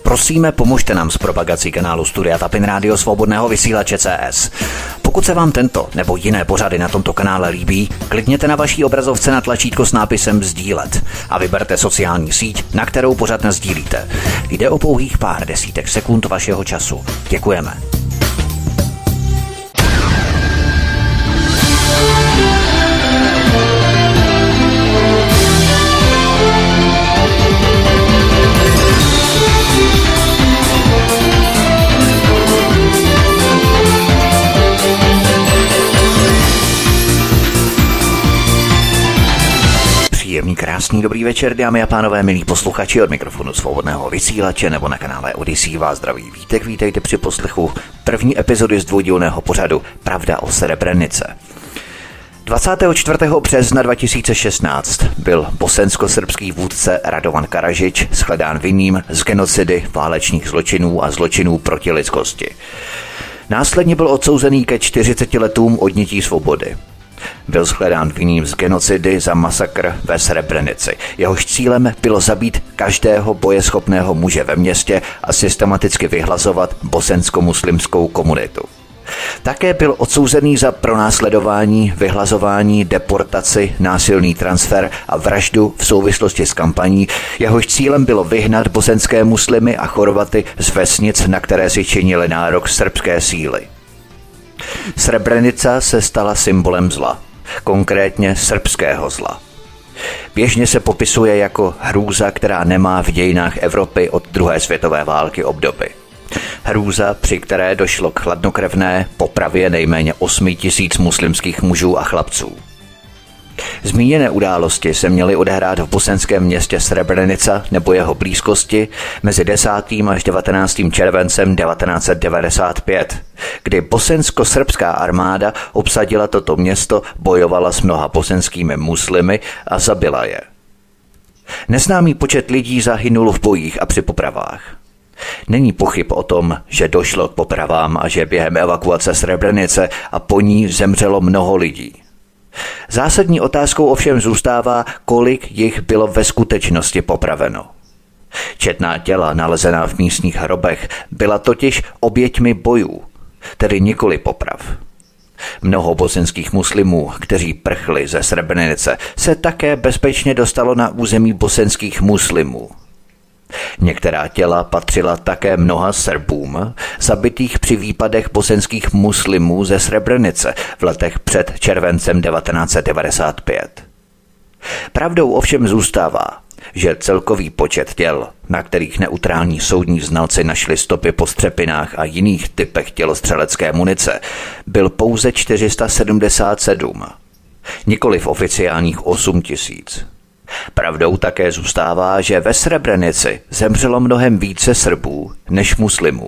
Prosíme, pomožte nám s propagací kanálu Studia Tapin Rádio Svobodného vysílače CS. Pokud se vám tento nebo jiné pořady na tomto kanále líbí, klikněte na vaší obrazovce na tlačítko s nápisem sdílet a vyberte sociální síť, na kterou pořad nasdílíte. Jde o pouhých pár desítek sekund vašeho času. Děkujeme. Příjemný, krásný, dobrý večer, dámy a pánové, milí posluchači, od mikrofonu Svobodného vysílače nebo na kanále Odyssey vás zdraví Vítek. Vítejte při poslechu první epizody z dvoudílného pořadu Pravda o Srebrenice. 24. března 2016 byl bosensko-srbský vůdce Radovan Karadžić shledán vinným z genocidy, válečných zločinů a zločinů proti lidskosti. Následně byl odsouzený ke 40 letům odnětí svobody. Byl shledán vinným z genocidy za masakr ve Srebrenici. Jehož cílem bylo zabít každého bojeschopného muže ve městě a systematicky vyhlazovat bosensko-muslimskou komunitu. Také byl odsouzený za pronásledování, vyhlazování, deportaci, násilný transfer a vraždu v souvislosti s kampaní. Jehož cílem bylo vyhnat bosenské muslimy a Chorvaty z vesnic, na které si činili nárok srbské síly. Srebrenica se stala symbolem zla, konkrétně srbského zla. Běžně se popisuje jako hrůza, která nemá v dějinách Evropy od druhé světové války obdoby. Hrůza, při které došlo k chladnokrevné popravě nejméně 8 000 muslimských mužů a chlapců. Zmíněné události se měly odehrát v bosenském městě Srebrenica nebo jeho blízkosti mezi 10. až 19. červencem 1995, kdy bosensko-srbská armáda obsadila toto město, bojovala s mnoha bosenskými muslimy a zabila je. Neznámý počet lidí zahynul v bojích a při popravách. Není pochyb o tom, že došlo k popravám a že během evakuace Srebrenice a po ní zemřelo mnoho lidí. Zásadní otázkou ovšem zůstává, kolik jich bylo ve skutečnosti popraveno. Četná těla nalezená v místních hrobech byla totiž oběťmi bojů, tedy nikoli poprav. Mnoho bosenských muslimů, kteří prchli ze Srebrenice, se také bezpečně dostalo na území bosenských muslimů. Některá těla patřila také mnoha Srbům, zabitých při výpadech bosenských muslimů ze Srebrenice v letech před červencem 1995. Pravdou ovšem zůstává, že celkový počet těl, na kterých neutrální soudní znalci našli stopy po střepinách a jiných typech tělostřelecké munice, byl pouze 477, nikoliv oficiálních 8 000. Pravdou také zůstává, že ve Srebrenici zemřelo mnohem více Srbů než muslimů.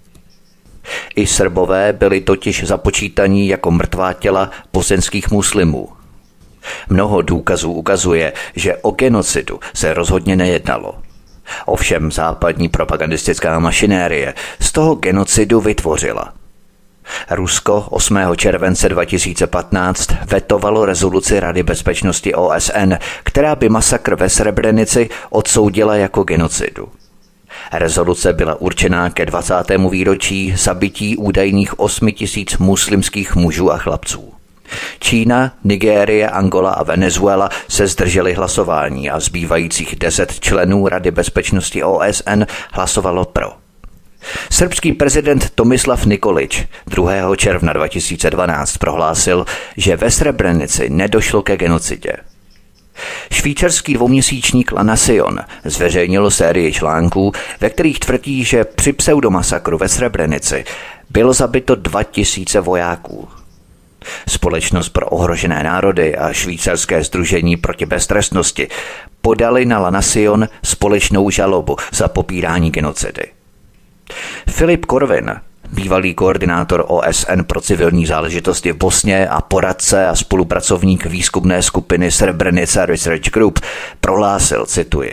I Srbové byli totiž započítaní jako mrtvá těla bosenských muslimů. Mnoho důkazů ukazuje, že o genocidu se rozhodně nejednalo. Ovšem západní propagandistická mašinérie z toho genocidu vytvořila. Rusko 8. července 2015 vetovalo rezoluci Rady bezpečnosti OSN, která by masakr ve Srebrenici odsoudila jako genocidu. Rezoluce byla určená ke 20. výročí zabití údajných 8 000 muslimských mužů a chlapců. Čína, Nigérie, Angola a Venezuela se zdrželi hlasování a zbývajících 10 členů Rady bezpečnosti OSN hlasovalo pro. Srbský prezident Tomislav Nikolić 2. června 2012 prohlásil, že ve Srebrenici nedošlo ke genocidě. Švýcarský dvouměsíčník La Nación zveřejnil sérii článků, ve kterých tvrdí, že při pseudomasakru ve Srebrenici bylo zabito 2000 vojáků. Společnost pro ohrožené národy a švýcarské sdružení proti beztrestnosti podali na La Nación společnou žalobu za popírání genocidy. Filip Korvin, bývalý koordinátor OSN pro civilní záležitosti v Bosně a poradce a spolupracovník výzkumné skupiny Srebrenica Research Group, prohlásil, cituji: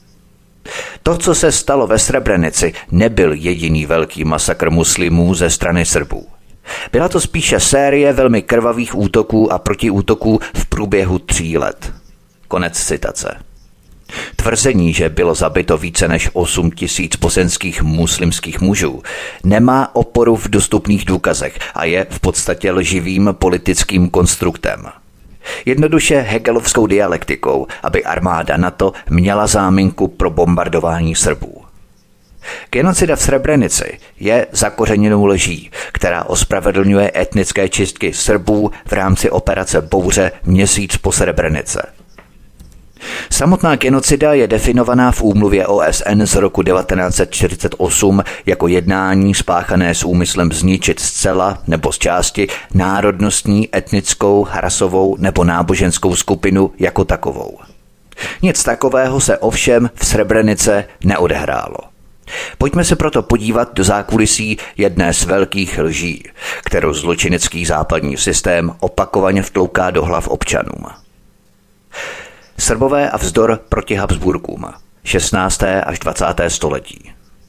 To, co se stalo ve Srebrenici, nebyl jediný velký masakr muslimů ze strany Srbů. Byla to spíše série velmi krvavých útoků a protiútoků v průběhu 3 let. Konec citace. Tvrzení, že bylo zabito více než 8 000 bosenských muslimských mužů, nemá oporu v dostupných důkazech a je v podstatě lživým politickým konstruktem. Jednoduše hegelovskou dialektikou, aby armáda NATO měla záminku pro bombardování Srbů. Genocida v Srebrenici je zakořeněnou lží, která ospravedlňuje etnické čistky Srbů v rámci operace Bouře měsíc po Srebrenice. Samotná genocida je definovaná v úmluvě OSN z roku 1948 jako jednání spáchané s úmyslem zničit zcela nebo z části národnostní, etnickou, rasovou nebo náboženskou skupinu jako takovou. Nic takového se ovšem v Srebrenice neodehrálo. Pojďme se proto podívat do zákulisí jedné z velkých lží, kterou zločinecký západní systém opakovaně vtlouká do hlav občanům. Srbové a vzdor proti Habsburkům. 16. až 20. století.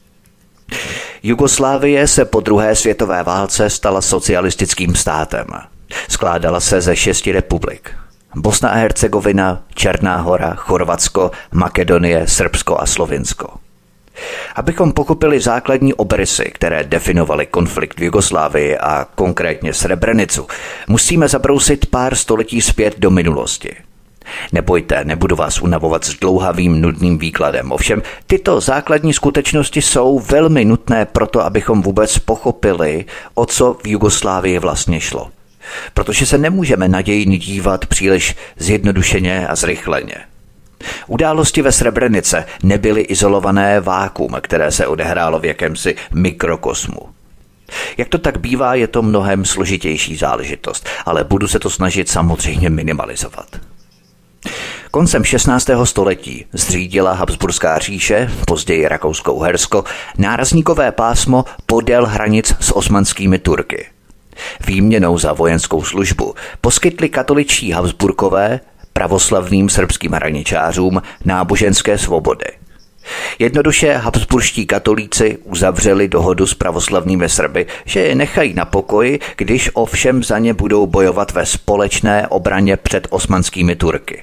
Jugoslávie se po druhé světové válce stala socialistickým státem. Skládala se ze 6 republik. Bosna a Hercegovina, Černá Hora, Chorvatsko, Makedonie, Srbsko a Slovinsko. Abychom pochopili základní obrysy, které definovaly konflikt v Jugoslávii a konkrétně Srebrenicu, musíme zabrousit pár století zpět do minulosti. Nebojte, nebudu vás unavovat s dlouhavým, nudným výkladem. Ovšem, tyto základní skutečnosti jsou velmi nutné proto, abychom vůbec pochopili, o co v Jugoslávii vlastně šlo. Protože se nemůžeme na dějiny dívat příliš zjednodušeně a zrychleně. Události ve Srebrenice nebyly izolované vákuum, které se odehrálo v jakémsi mikrokosmu. Jak to tak bývá, je to mnohem složitější záležitost, ale budu se to snažit samozřejmě minimalizovat. Koncem 16. století zřídila Habsburská říše, později Rakousko-Uhersko, nárazníkové pásmo podél hranic s osmanskými Turky. Výměnou za vojenskou službu poskytli katoličtí Habsburkové pravoslavným srbským hraničářům náboženské svobody. Jednoduše habsburští katolíci uzavřeli dohodu s pravoslavnými Srby, že je nechají na pokoji, když ovšem za ně budou bojovat ve společné obraně před osmanskými Turky.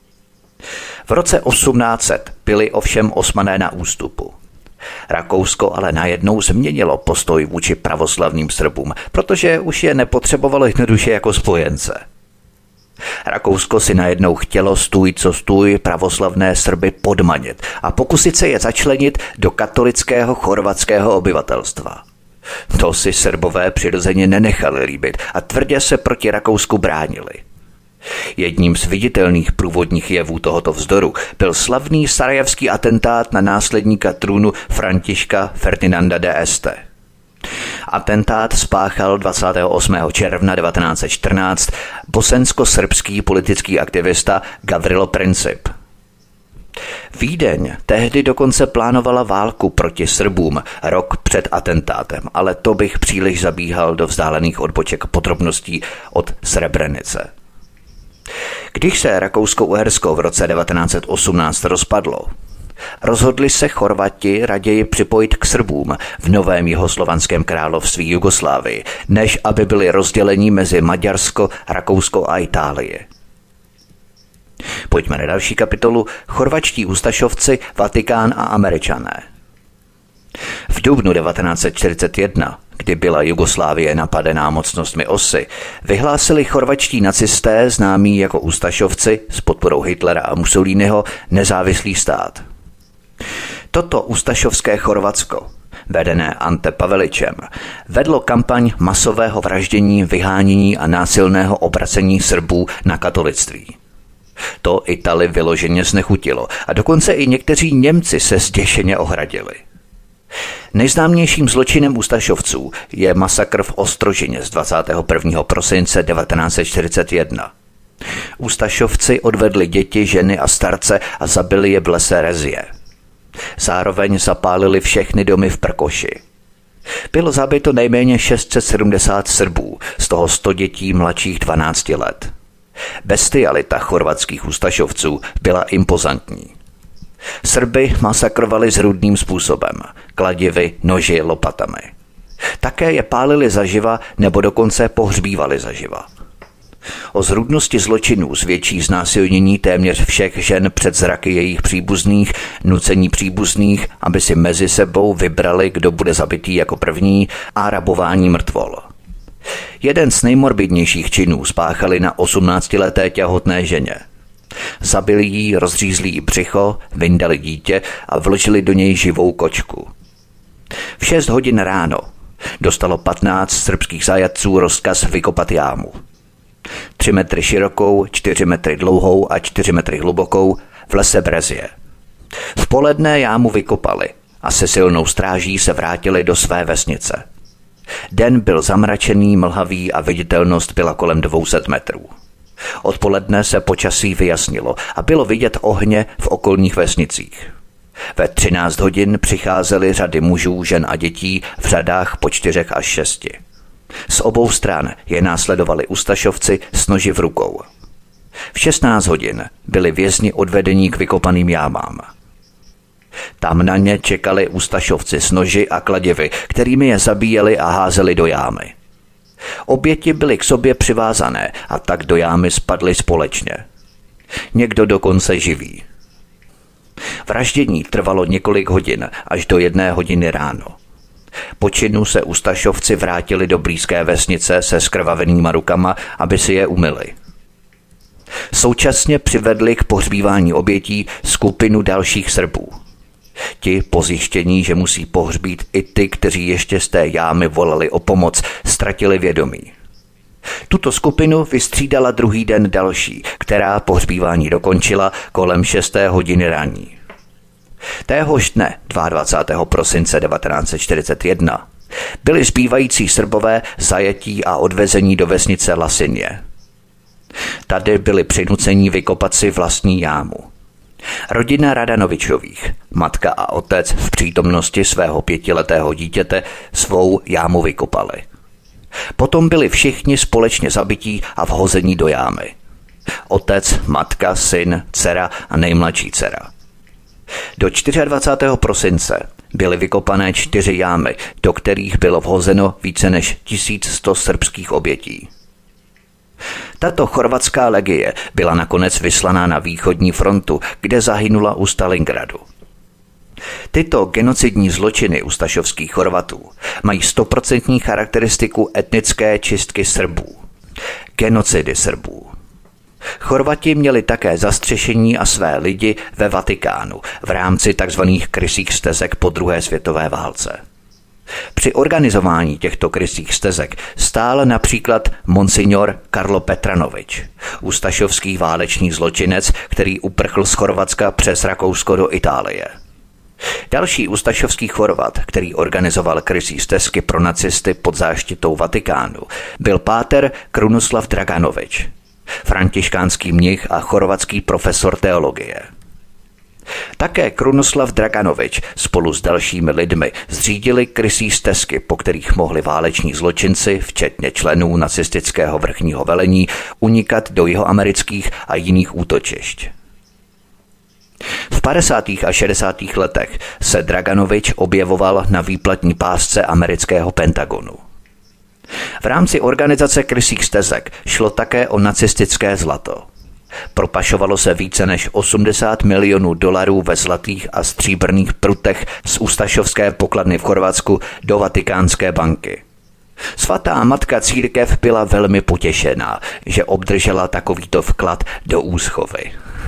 V roce 1800 byli ovšem Osmané na ústupu. Rakousko ale najednou změnilo postoj vůči pravoslavným Srbům, protože už je nepotřebovalo jednoduše jako spojence. Rakousko si najednou chtělo stůj co stůj pravoslavné Srby podmanit a pokusit se je začlenit do katolického chorvatského obyvatelstva. To si Srbové přirozeně nenechali líbit a tvrdě se proti Rakousku bránili. Jedním z viditelných průvodních jevů tohoto vzdoru byl slavný sarajevský atentát na následníka trůnu Františka Ferdinanda d'Este. Atentát spáchal 28. června 1914 bosensko-srbský politický aktivista Gavrilo Princip. Vídeň tehdy dokonce plánovala válku proti Srbům rok před atentátem, ale to bych příliš zabíhal do vzdálených odboček podrobností od Srebrenice. Když se Rakousko-Uhersko v roce 1918 rozpadlo, rozhodli se Chorvati raději připojit k Srbům v novém jihoslovanském království Jugoslávii, než aby byli rozděleni mezi Maďarsko, Rakousko a Itálii. Pojďme na další kapitolu. Chorvatští ustašovci, Vatikán a Američané. V dubnu 1941, kdy byla Jugoslávie napadená mocnostmi OSY, vyhlásili chorvatští nacisté, známí jako ustašovci s podporou Hitlera a Mussoliniho, nezávislý stát. Toto ustašovské Chorvatsko, vedené Ante Paveličem, vedlo kampaň masového vraždění, vyhánění a násilného obracení Srbů na katolictví. To Italy vyloženě znechutilo a dokonce i někteří Němci se zděšeně ohradili. Nejznámějším zločinem ustašovců je masakr v Ostrožině z 21. prosince 1941. Ustašovci odvedli děti, ženy a starce a zabili je v lese Rezie. Zároveň zapálili všechny domy v Prkoši. Bylo zabito nejméně 670 Srbů, z toho 100 dětí mladších 12 let. Bestialita chorvatských ustašovců byla impozantní. Srby masakrovali zrůdným způsobem, kladivy, noži, lopatami. Také je pálili zaživa nebo dokonce pohřbívali zaživa. O zrůdnosti zločinů svědčí znásilnění téměř všech žen před zraky jejich příbuzných, nucení příbuzných, aby si mezi sebou vybrali, kdo bude zabitý jako první, a rabování mrtvol. Jeden z nejmorbidnějších činů spáchali na 18leté těhotné ženě. Zabili jí, rozřízli jí břicho, vyndali dítě a vložili do něj živou kočku. V 6 hodin ráno dostalo 15 srbských zajatců rozkaz vykopat jámu. 3 metry širokou, 4 metry dlouhou a 4 metry hlubokou v lese Brezie. V poledne jámu vykopali a se silnou stráží se vrátili do své vesnice. Den byl zamračený, mlhavý a viditelnost byla kolem 200 metrů. Odpoledne se počasí vyjasnilo a bylo vidět ohně v okolních vesnicích. Ve 13 hodin přicházely řady mužů, žen a dětí v řadách po 4 až 6. Z obou stran je následovali ustašovci s noži v rukou. V 16 hodin byli vězni odvedení k vykopaným jámám. Tam na ně čekali ustašovci s noži a kladivy, kterými je zabíjeli a házeli do jámy. Oběti byly k sobě přivázané a tak do jámy spadly společně. Někdo dokonce živý. Vraždění trvalo několik hodin až do 1 hodiny ráno. Po činu se ustašovci vrátili do blízké vesnice se skrvavenýma rukama, aby si je umyli. Současně přivedli k pohřbívání obětí skupinu dalších Srbů. Ti po zjištění, že musí pohřbít i ty, kteří ještě z té jámy volali o pomoc, ztratili vědomí. Tuto skupinu vystřídala druhý den další, která pohřbívání dokončila kolem 6. hodiny ranní. Téhož dne, 22. prosince 1941, byli zbývající Srbové zajetí a odvezení do vesnice Lasinje. Tady byli přinuceni vykopat si vlastní jámu. Rodina Radanovičových, matka a otec v přítomnosti svého 5letého dítěte svou jámu vykopali. Potom byli všichni společně zabití a vhození do jámy. Otec, matka, syn, dcera a nejmladší dcera. Do 24. prosince byly vykopané 4 jámy, do kterých bylo vhozeno více než 1100 srbských obětí. Tato chorvatská legie byla nakonec vyslaná na východní frontu, kde zahynula u Stalingradu. Tyto genocidní zločiny ustašovských Chorvatů mají 100% charakteristiku etnické čistky Srbů. Genocidy Srbů. Chorvati měli také zastřešení a své lidi ve Vatikánu v rámci tzv. Krysích stezek po druhé světové válce. Při organizování těchto krysích stezek stál například monsignor Karlo Petranovič, ustašovský válečný zločinec, který uprchl z Chorvatska přes Rakousko do Itálie. Další ustašovský Chorvat, který organizoval krysí stezky pro nacisty pod záštitou Vatikánu, byl páter Krunoslav Draganovič, františkánský mnich a chorvatský profesor teologie. Také Krunoslav Draganovič spolu s dalšími lidmi zřídili krysí stezky, po kterých mohli váleční zločinci, včetně členů nacistického vrchního velení, unikat do jihoamerických a jiných útočišť. V 50. a 60. letech se Draganovič objevoval na výplatní pásce amerického Pentagonu. V rámci organizace krysích stezek šlo také o nacistické zlato. Propašovalo se více než $80 milionů ve zlatých a stříbrných prutech z ustašovské pokladny v Chorvatsku do Vatikánské banky. Svatá matka církev byla velmi potěšená, že obdržela takovýto vklad do úschovy.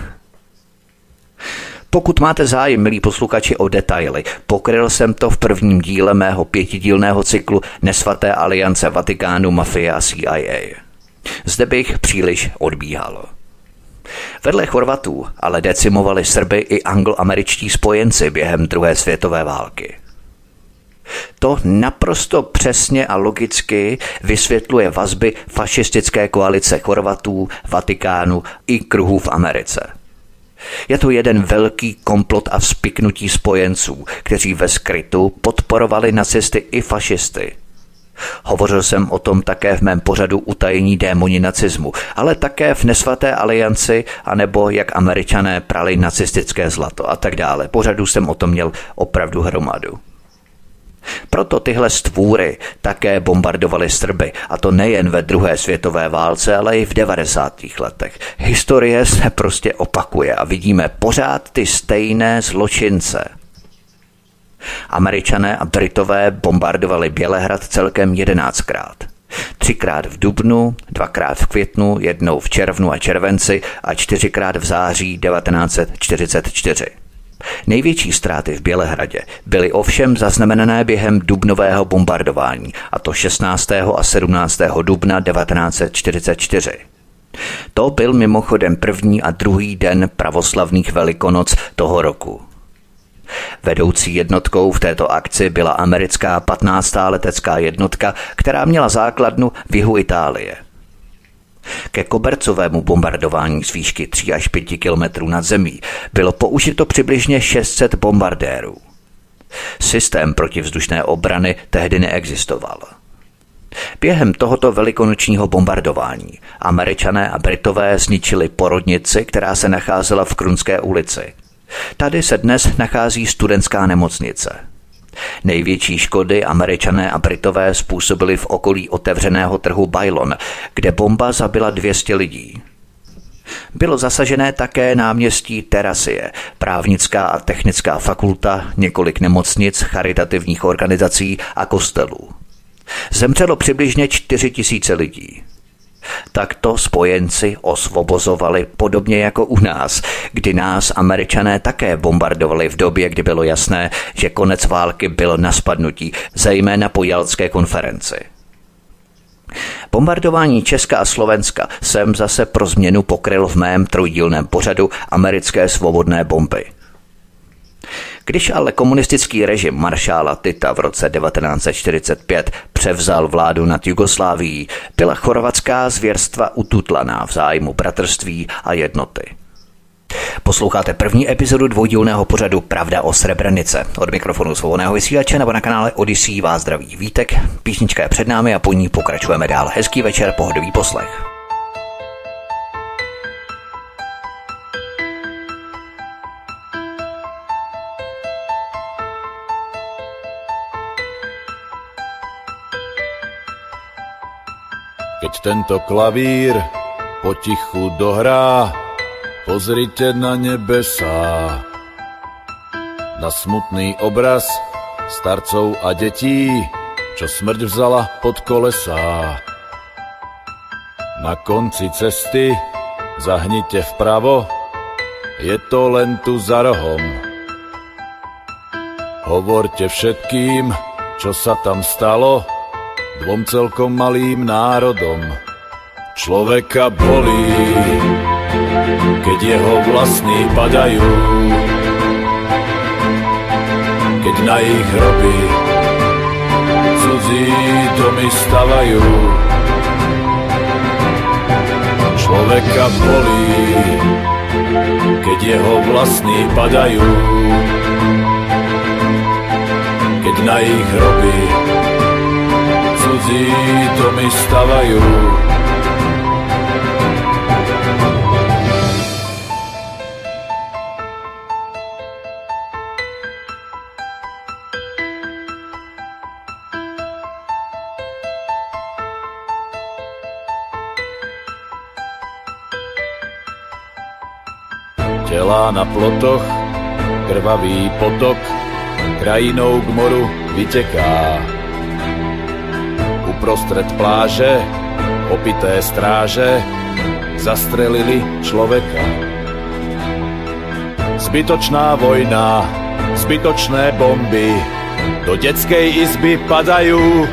Pokud máte zájem, milí posluchači, o detaily, pokryl jsem to v prvním díle mého 5dílného cyklu Nesvaté aliance Vatikánu, mafie a CIA. Zde bych příliš odbíhal. Vedle Chorvatů ale decimovali Srby i angloameričtí spojenci během druhé světové války. To naprosto přesně a logicky vysvětluje vazby fašistické koalice Chorvatů, Vatikánu i kruhů v Americe. Je to jeden velký komplot a vzpiknutí spojenců, kteří ve skrytu podporovali nacisty i fašisty. Hovořil jsem o tom také v mém pořadu Utajení démoni nacismu, ale také v Nesvaté alianci, anebo jak Američané prali nacistické zlato a tak dále. Pořadu jsem o tom měl opravdu hromadu. Proto tyhle stvůry také bombardovaly Srby, a to nejen ve druhé světové válce, ale i v 90. letech. Historie se prostě opakuje a vidíme pořád ty stejné zločince. Američané a Britové bombardovali Bělehrad celkem 11krát. 3krát v dubnu, 2krát v květnu, 1 v červnu a červenci a 4krát v září 1944. Největší ztráty v Bělehradě byly ovšem zaznamenané během dubnového bombardování, a to 16. a 17. dubna 1944. To byl mimochodem první a druhý den pravoslavných Velikonoc toho roku. Vedoucí jednotkou v této akci byla americká 15. letecká jednotka, která měla základnu v jihu Itálie. Ke kobercovému bombardování z výšky 3 až 5 kilometrů nad zemí bylo použito přibližně 600 bombardérů. Systém protivzdušné obrany tehdy neexistoval. Během tohoto velikonočního bombardování Američané a Britové zničili porodnici, která se nacházela v Krunské ulici. Tady se dnes nachází studentská nemocnice. Největší škody Američané a Britové způsobili v okolí otevřeného trhu Bailon, kde bomba zabila 200 lidí. Bylo zasažené také náměstí Terasie, právnická a technická fakulta, několik nemocnic, charitativních organizací a kostelů. Zemřelo přibližně 4 000 lidí. Takto spojenci osvobozovali podobně jako u nás, kdy nás Američané také bombardovali v době, kdy bylo jasné, že konec války byl na spadnutí, zejména po Jaltské konferenci. Bombardování Česka a Slovenska jsem zase pro změnu pokryl v mém trojdílném pořadu Americké svobodné bomby. Když ale komunistický režim maršála Tita v roce 1945 převzal vládu nad Jugoslávií, byla chorvatská zvěrstva ututlaná v zájmu bratrství a jednoty. Posloucháte první epizodu dvoudílného pořadu Pravda o Srebrenice. Od mikrofonu Svobodného vysílače nebo na kanále Odyssey vás zdraví Vítek. Písnička je před námi a po ní pokračujeme dál. Hezký večer, pohodový poslech. Keď tento klavír potichu dohrá, pozrite na nebesá, na smutný obraz starcov a detí, čo smrť vzala pod kolesá. Na konci cesty zahnite vpravo, je to len tu za rohom. Hovorte všetkým, čo sa tam stalo, dvom celkom malým národom. Človeka bolí, keď jeho vlastní padajú, keď na ich hroby cudzí domy stavajú. Človeka bolí, keď jeho vlastní padajú, keď na ich hroby cudzí domy stavajú. Telá na plotoch, krvavý potok, krajinou k moru vyteká. Uprostred pláže, opité stráže, zastrelili človeka. Zbytočná vojna, zbytočné bomby, do detskej izby padajú.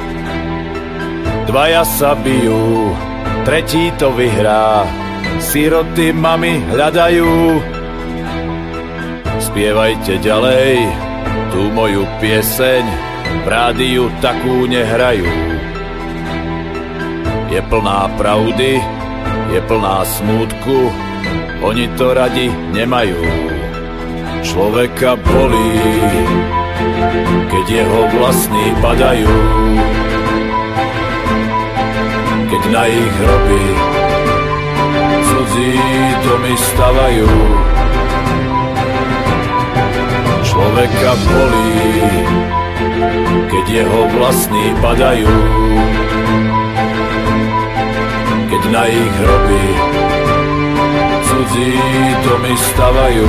Dvaja sa bijú, tretí to vyhrá, siroty mami hľadajú. Spievajte ďalej tú moju pieseň, v rádiu takú nehrajú. Je plná pravdy, je plná smútku, oni to radi nemajú. Človeka bolí, keď jeho vlastní padajú, keď na ich hroby cudzí domy stavajú. Človeka bolí, keď jeho vlastní padajú, keď na ich hroby cudzí domy stavajú.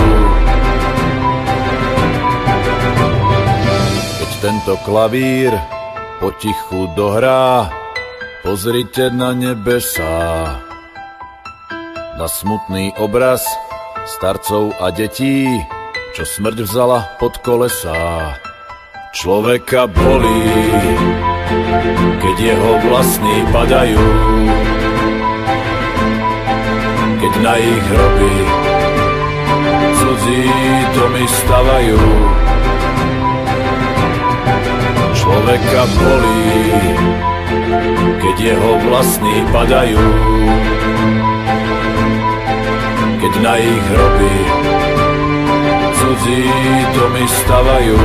Keď tento klavír potichu dohrá, pozrite na nebesá, na smutný obraz starcov a detí, čo smrť vzala pod kolesá. Človeka bolí, keď jeho vlastní padajú, keď na ich hroby cudzí domy stavajú. Človeka bolí, keď jeho vlastní padajú, keď na ich hroby cudzí domy stavajú.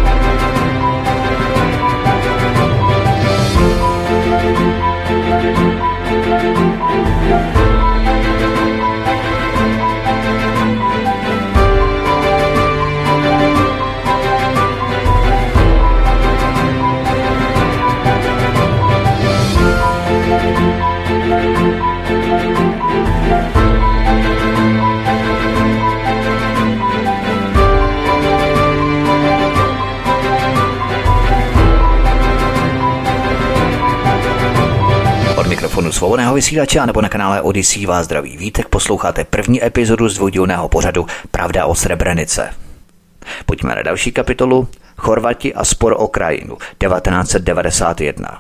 Mikrofonu Svobodného vysílače nebo na kanále Odyssey vás zdraví Vítek, posloucháte první epizodu z dvoudílného pořadu Pravda o Srebrenice. Pojďme na další kapitolu Chorvati a spor o krajinu 1991.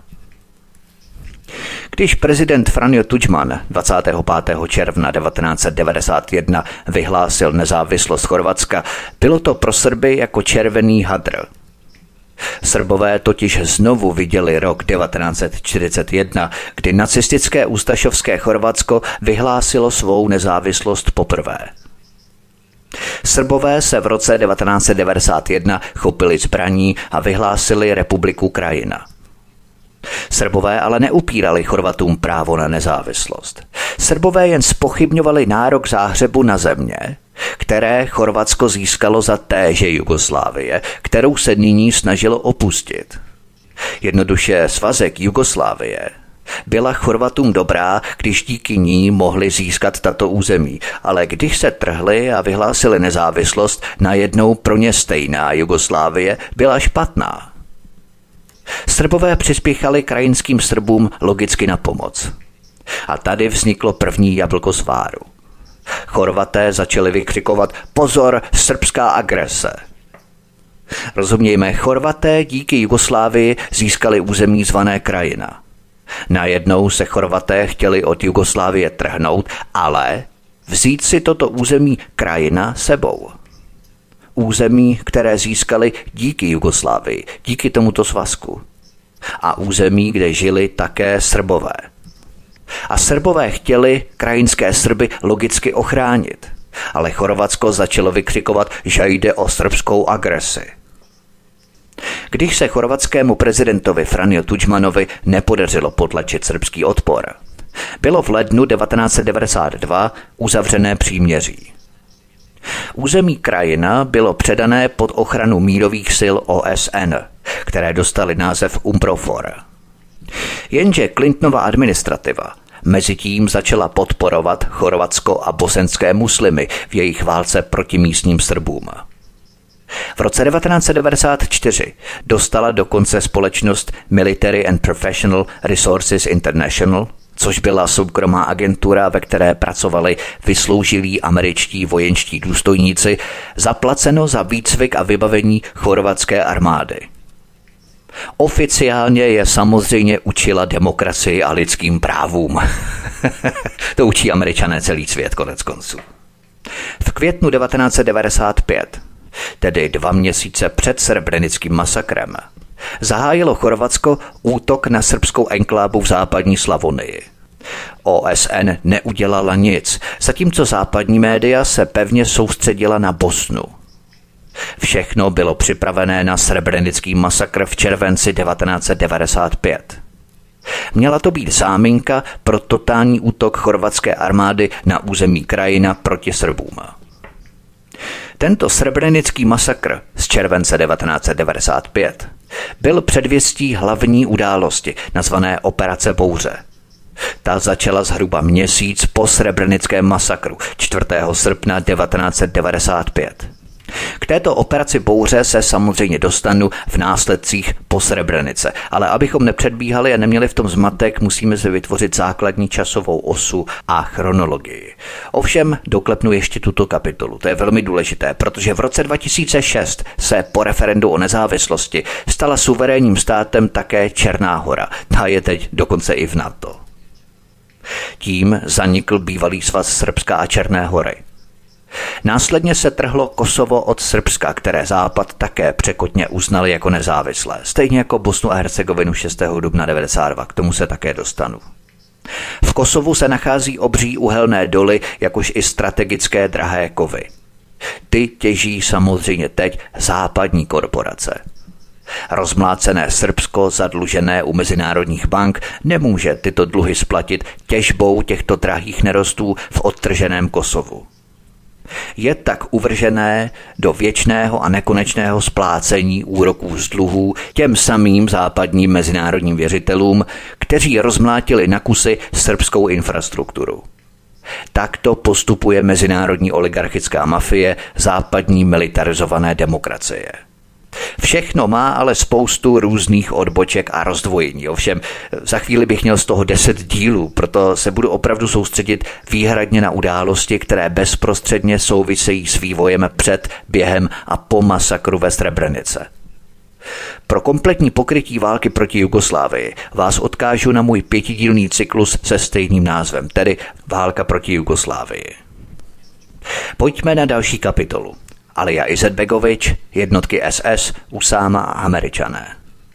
Když prezident Franjo Tudjman 25. června 1991 vyhlásil nezávislost Chorvatska, bylo to pro Srby jako červený hadr. Srbové totiž znovu viděli rok 1941, kdy nacistické ústašovské Chorvatsko vyhlásilo svou nezávislost poprvé. Srbové se v roce 1991 chopili zbraní a vyhlásili republiku Krajina. Srbové ale neupírali Chorvatům právo na nezávislost. Srbové jen zpochybňovali nárok Záhřebu na země, které Chorvatsko získalo za téže Jugoslávie, kterou se nyní snažilo opustit. Jednoduše svazek Jugoslávie byla Chorvatům dobrá, když díky ní mohli získat tato území, ale když se trhli a vyhlásili nezávislost, najednou pro ně stejná Jugoslávie byla špatná. Srbové přispěchali krajinským Srbům logicky na pomoc. A tady vzniklo první jablko sváru. Chorvaté začali vykřikovat pozor, srbská agrese. Rozumějme, Chorvaté díky Jugoslávii získali území zvané Krajina. Najednou se Chorvaté chtěli od Jugoslávie trhnout, ale vzít si toto území Krajina sebou. Území, které získali díky Jugoslávii, díky tomuto svazku. A území, kde žili také Srbové. A Srbové chtěli krajinské Srby logicky ochránit, ale Chorvatsko začalo vykřikovat, že jde o srbskou agresi. Když se chorvatskému prezidentovi Franjo Tudjmanovi nepodařilo potlačit srbský odpor, bylo v lednu 1992 uzavřené příměří. Území Krajina bylo předané pod ochranu mírových sil OSN, které dostaly název UNPROFOR. Jenže Clintonova administrativa mezitím začala podporovat Chorvatsko a bosenské muslimy v jejich válce proti místním Srbům. V roce 1994 dostala dokonce společnost Military and Professional Resources International, což byla soukromá agentura, ve které pracovali vysloužilí američtí vojenští důstojníci, zaplaceno za výcvik a vybavení chorvatské armády. Oficiálně je samozřejmě učila demokracii a lidským právům. To učí Američané celý svět koneckonců. V květnu 1995, tedy 2 měsíce před srebrenickým masakrem, zahájilo Chorvatsko útok na srbskou enklávu v západní Slavonii. OSN neudělala nic, zatímco západní média se pevně soustředila na Bosnu. Všechno bylo připravené na srebrenický masakr v červenci 1995. Měla to být záminka pro totální útok chorvatské armády na území Krajina proti Srbům. Tento srebrenický masakr z července 1995 byl předvěstí hlavní události, nazvané Operace Bouře. Ta začala zhruba měsíc po srebrenickém masakru 4. srpna 1995. K této operaci Bouře se samozřejmě dostanu v následcích po Srebrenice, ale abychom nepředbíhali a neměli v tom zmatek, musíme si vytvořit základní časovou osu a chronologii. Ovšem doklepnu ještě tuto kapitolu, to je velmi důležité, protože v roce 2006 se po referendu o nezávislosti stala suverénním státem také Černá Hora, ta je teď dokonce i v NATO. Tím zanikl bývalý svaz Srbska a Černé Hory. Následně se trhlo Kosovo od Srbska, které Západ také překotně uznal jako nezávislé, stejně jako Bosnu a Hercegovinu 6. dubna 1992, k tomu se také dostanu. V Kosovu se nachází obří uhelné doly, jakož i strategické drahé kovy. Ty těží samozřejmě teď západní korporace. Rozmlácené Srbsko, zadlužené u mezinárodních bank, nemůže tyto dluhy splatit těžbou těchto drahých nerostů v odtrženém Kosovu. Je tak uvržené do věčného a nekonečného splácení úroků z dluhů těm samým západním mezinárodním věřitelům, kteří rozmlátili na kusy srbskou infrastrukturu. Takto postupuje mezinárodní oligarchická mafie západní militarizované demokracie. Všechno má ale spoustu různých odboček a rozdvojení. Ovšem, za chvíli bych měl z toho 10 dílů, proto se budu opravdu soustředit výhradně na události, které bezprostředně souvisejí s vývojem před, během a po masakru ve Srebrenice. Pro kompletní pokrytí války proti Jugoslávii vás odkážu na můj 5dílný cyklus se stejným názvem, tedy Válka proti Jugoslávii. Pojďme na další kapitolu. Alija Izetbegovič, jednotky SS, Usáma a Američané.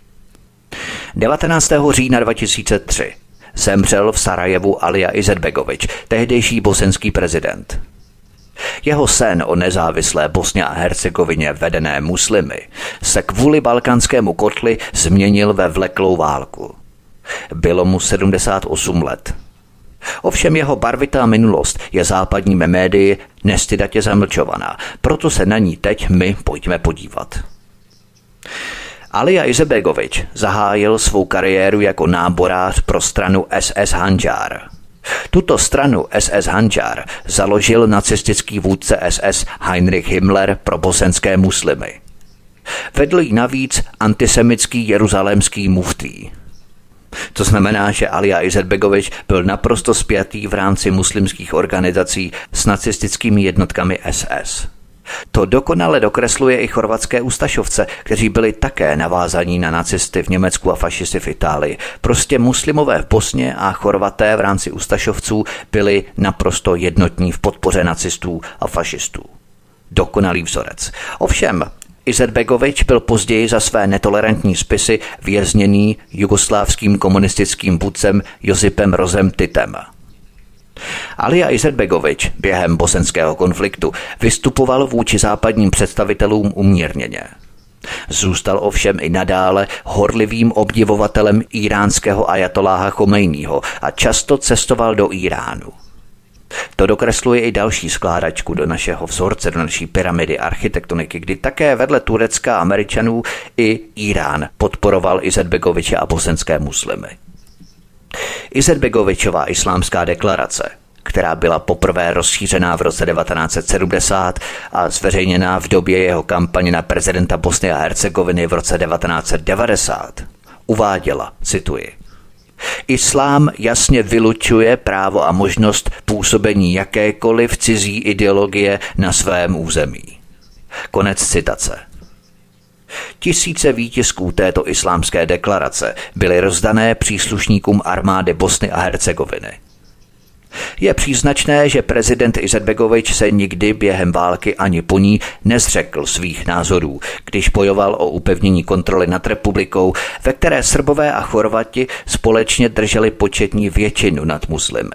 19. října 2003 zemřel v Sarajevu Alija Izetbegovič, tehdejší bosenský prezident. Jeho sen o nezávislé Bosně a Hercegovině vedené muslimy se kvůli balkánskému kotli změnil ve vleklou válku. Bylo mu 78 let. Ovšem jeho barvitá minulost je západními médii nestydatě zamlčovaná, proto se na ní teď my pojďme podívat. Alija Izetbegovič zahájil svou kariéru jako náborář pro stranu SS Handžar. Tuto stranu SS Handžar založil nacistický vůdce SS Heinrich Himmler pro bosenské muslimy. Vedl ji navíc antisemický jeruzalémský muftí. To znamená, že Alija Izetbegovič byl naprosto spjatý v rámci muslimských organizací s nacistickými jednotkami SS. To dokonale dokresluje i chorvatské ustašovce, kteří byli také navázaní na nacisty v Německu a fašisty v Itálii. Prostě muslimové v Bosně a Chorvaté v rámci ustašovců byli naprosto jednotní v podpoře nacistů a fašistů. Dokonalý vzorec. Ovšem, Izetbegovič byl později za své netolerantní spisy vězněný jugoslávským komunistickým vůdcem Josipem Rozem Titem. Alija Izetbegovič během bosenského konfliktu vystupoval vůči západním představitelům umírněně. Zůstal ovšem i nadále horlivým obdivovatelem iránského ajatoláha Chomejního a často cestoval do Iránu. To dokresluje i další skládačku do našeho vzorce, do naší pyramidy architektoniky, kdy také vedle Turecka a Američanů i Irán podporoval Izetbegoviče a bosenské muslimy. Izetbegovičova islámská deklarace, která byla poprvé rozšířená v roce 1970 a zveřejněná v době jeho kampaně na prezidenta Bosny a Hercegoviny v roce 1990, uváděla, cituji: Islám jasně vylučuje právo a možnost působení jakékoliv cizí ideologie na svém území. Konec citace. Tisíce výtisků této islámské deklarace byly rozdané příslušníkům armády Bosny a Hercegoviny. Je příznačné, že prezident Izetbegovič se nikdy během války ani po ní nezřekl svých názorů, když bojoval o upevnění kontroly nad republikou, ve které Srbové a Chorvati společně drželi početní většinu nad muslimy.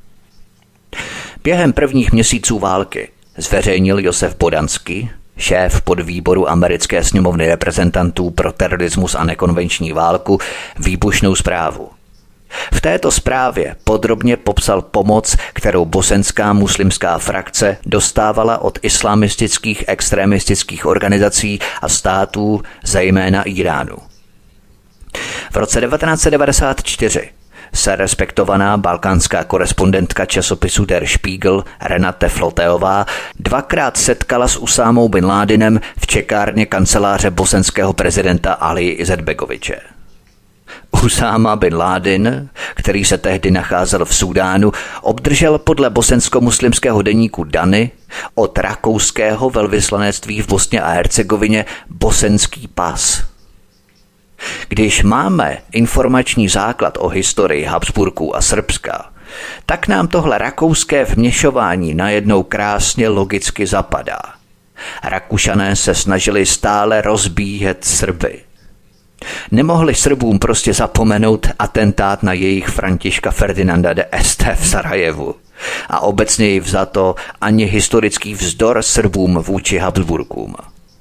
Během prvních měsíců války zveřejnil Josef Bodanský, šéf podvýboru americké sněmovny reprezentantů pro terorismus a nekonvenční válku, výbušnou zprávu. V této zprávě podrobně popsal pomoc, kterou bosenská muslimská frakce dostávala od islamistických extremistických organizací a států, zejména Iránu. V roce 1994 se respektovaná balkánská korespondentka časopisu Der Spiegel Renate Floteová dvakrát setkala s Usámou bin Ládinem v čekárně kanceláře bosenského prezidenta Alii Izetbegoviče. Usáma bin Ládin, který se tehdy nacházel v Súdánu, obdržel podle bosensko-muslimského deníku Dany od rakouského velvyslanectví v Bosně a Hercegovině bosenský pas. Když máme informační základ o historii Habsburků a Srbska, tak nám tohle rakouské vměšování najednou krásně logicky zapadá. Rakušané se snažili stále rozbíjet Srby. Nemohli Srbům prostě zapomenout atentát na jejich Františka Ferdinanda de Este v Sarajevu a obecněji vzato ani historický vzdor Srbům vůči Habsburkům.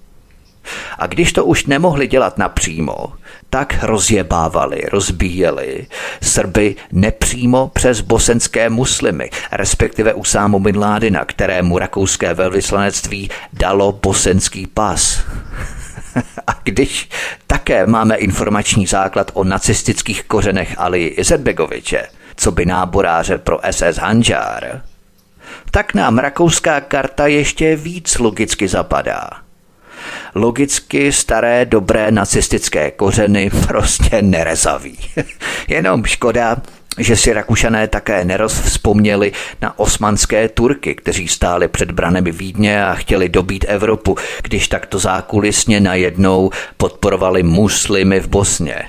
A když to už nemohli dělat napřímo, tak rozjebávali, rozbíjeli Srby nepřímo přes bosenské muslimy, respektive Usámu bin Ládina, kterému rakouské velvyslanectví dalo bosenský pas. A když také máme informační základ o nacistických kořenech Alii Izetbegoviče, co by náboráře pro SS Handžár, tak nám rakouská karta ještě víc logicky zapadá. Logicky staré dobré nacistické kořeny prostě nerezaví. Jenom škoda, že si Rakušané také nerozvzpomněli na osmanské Turky, kteří stáli před branami Vídně a chtěli dobít Evropu, když takto zákulisně najednou podporovali muslimy v Bosně.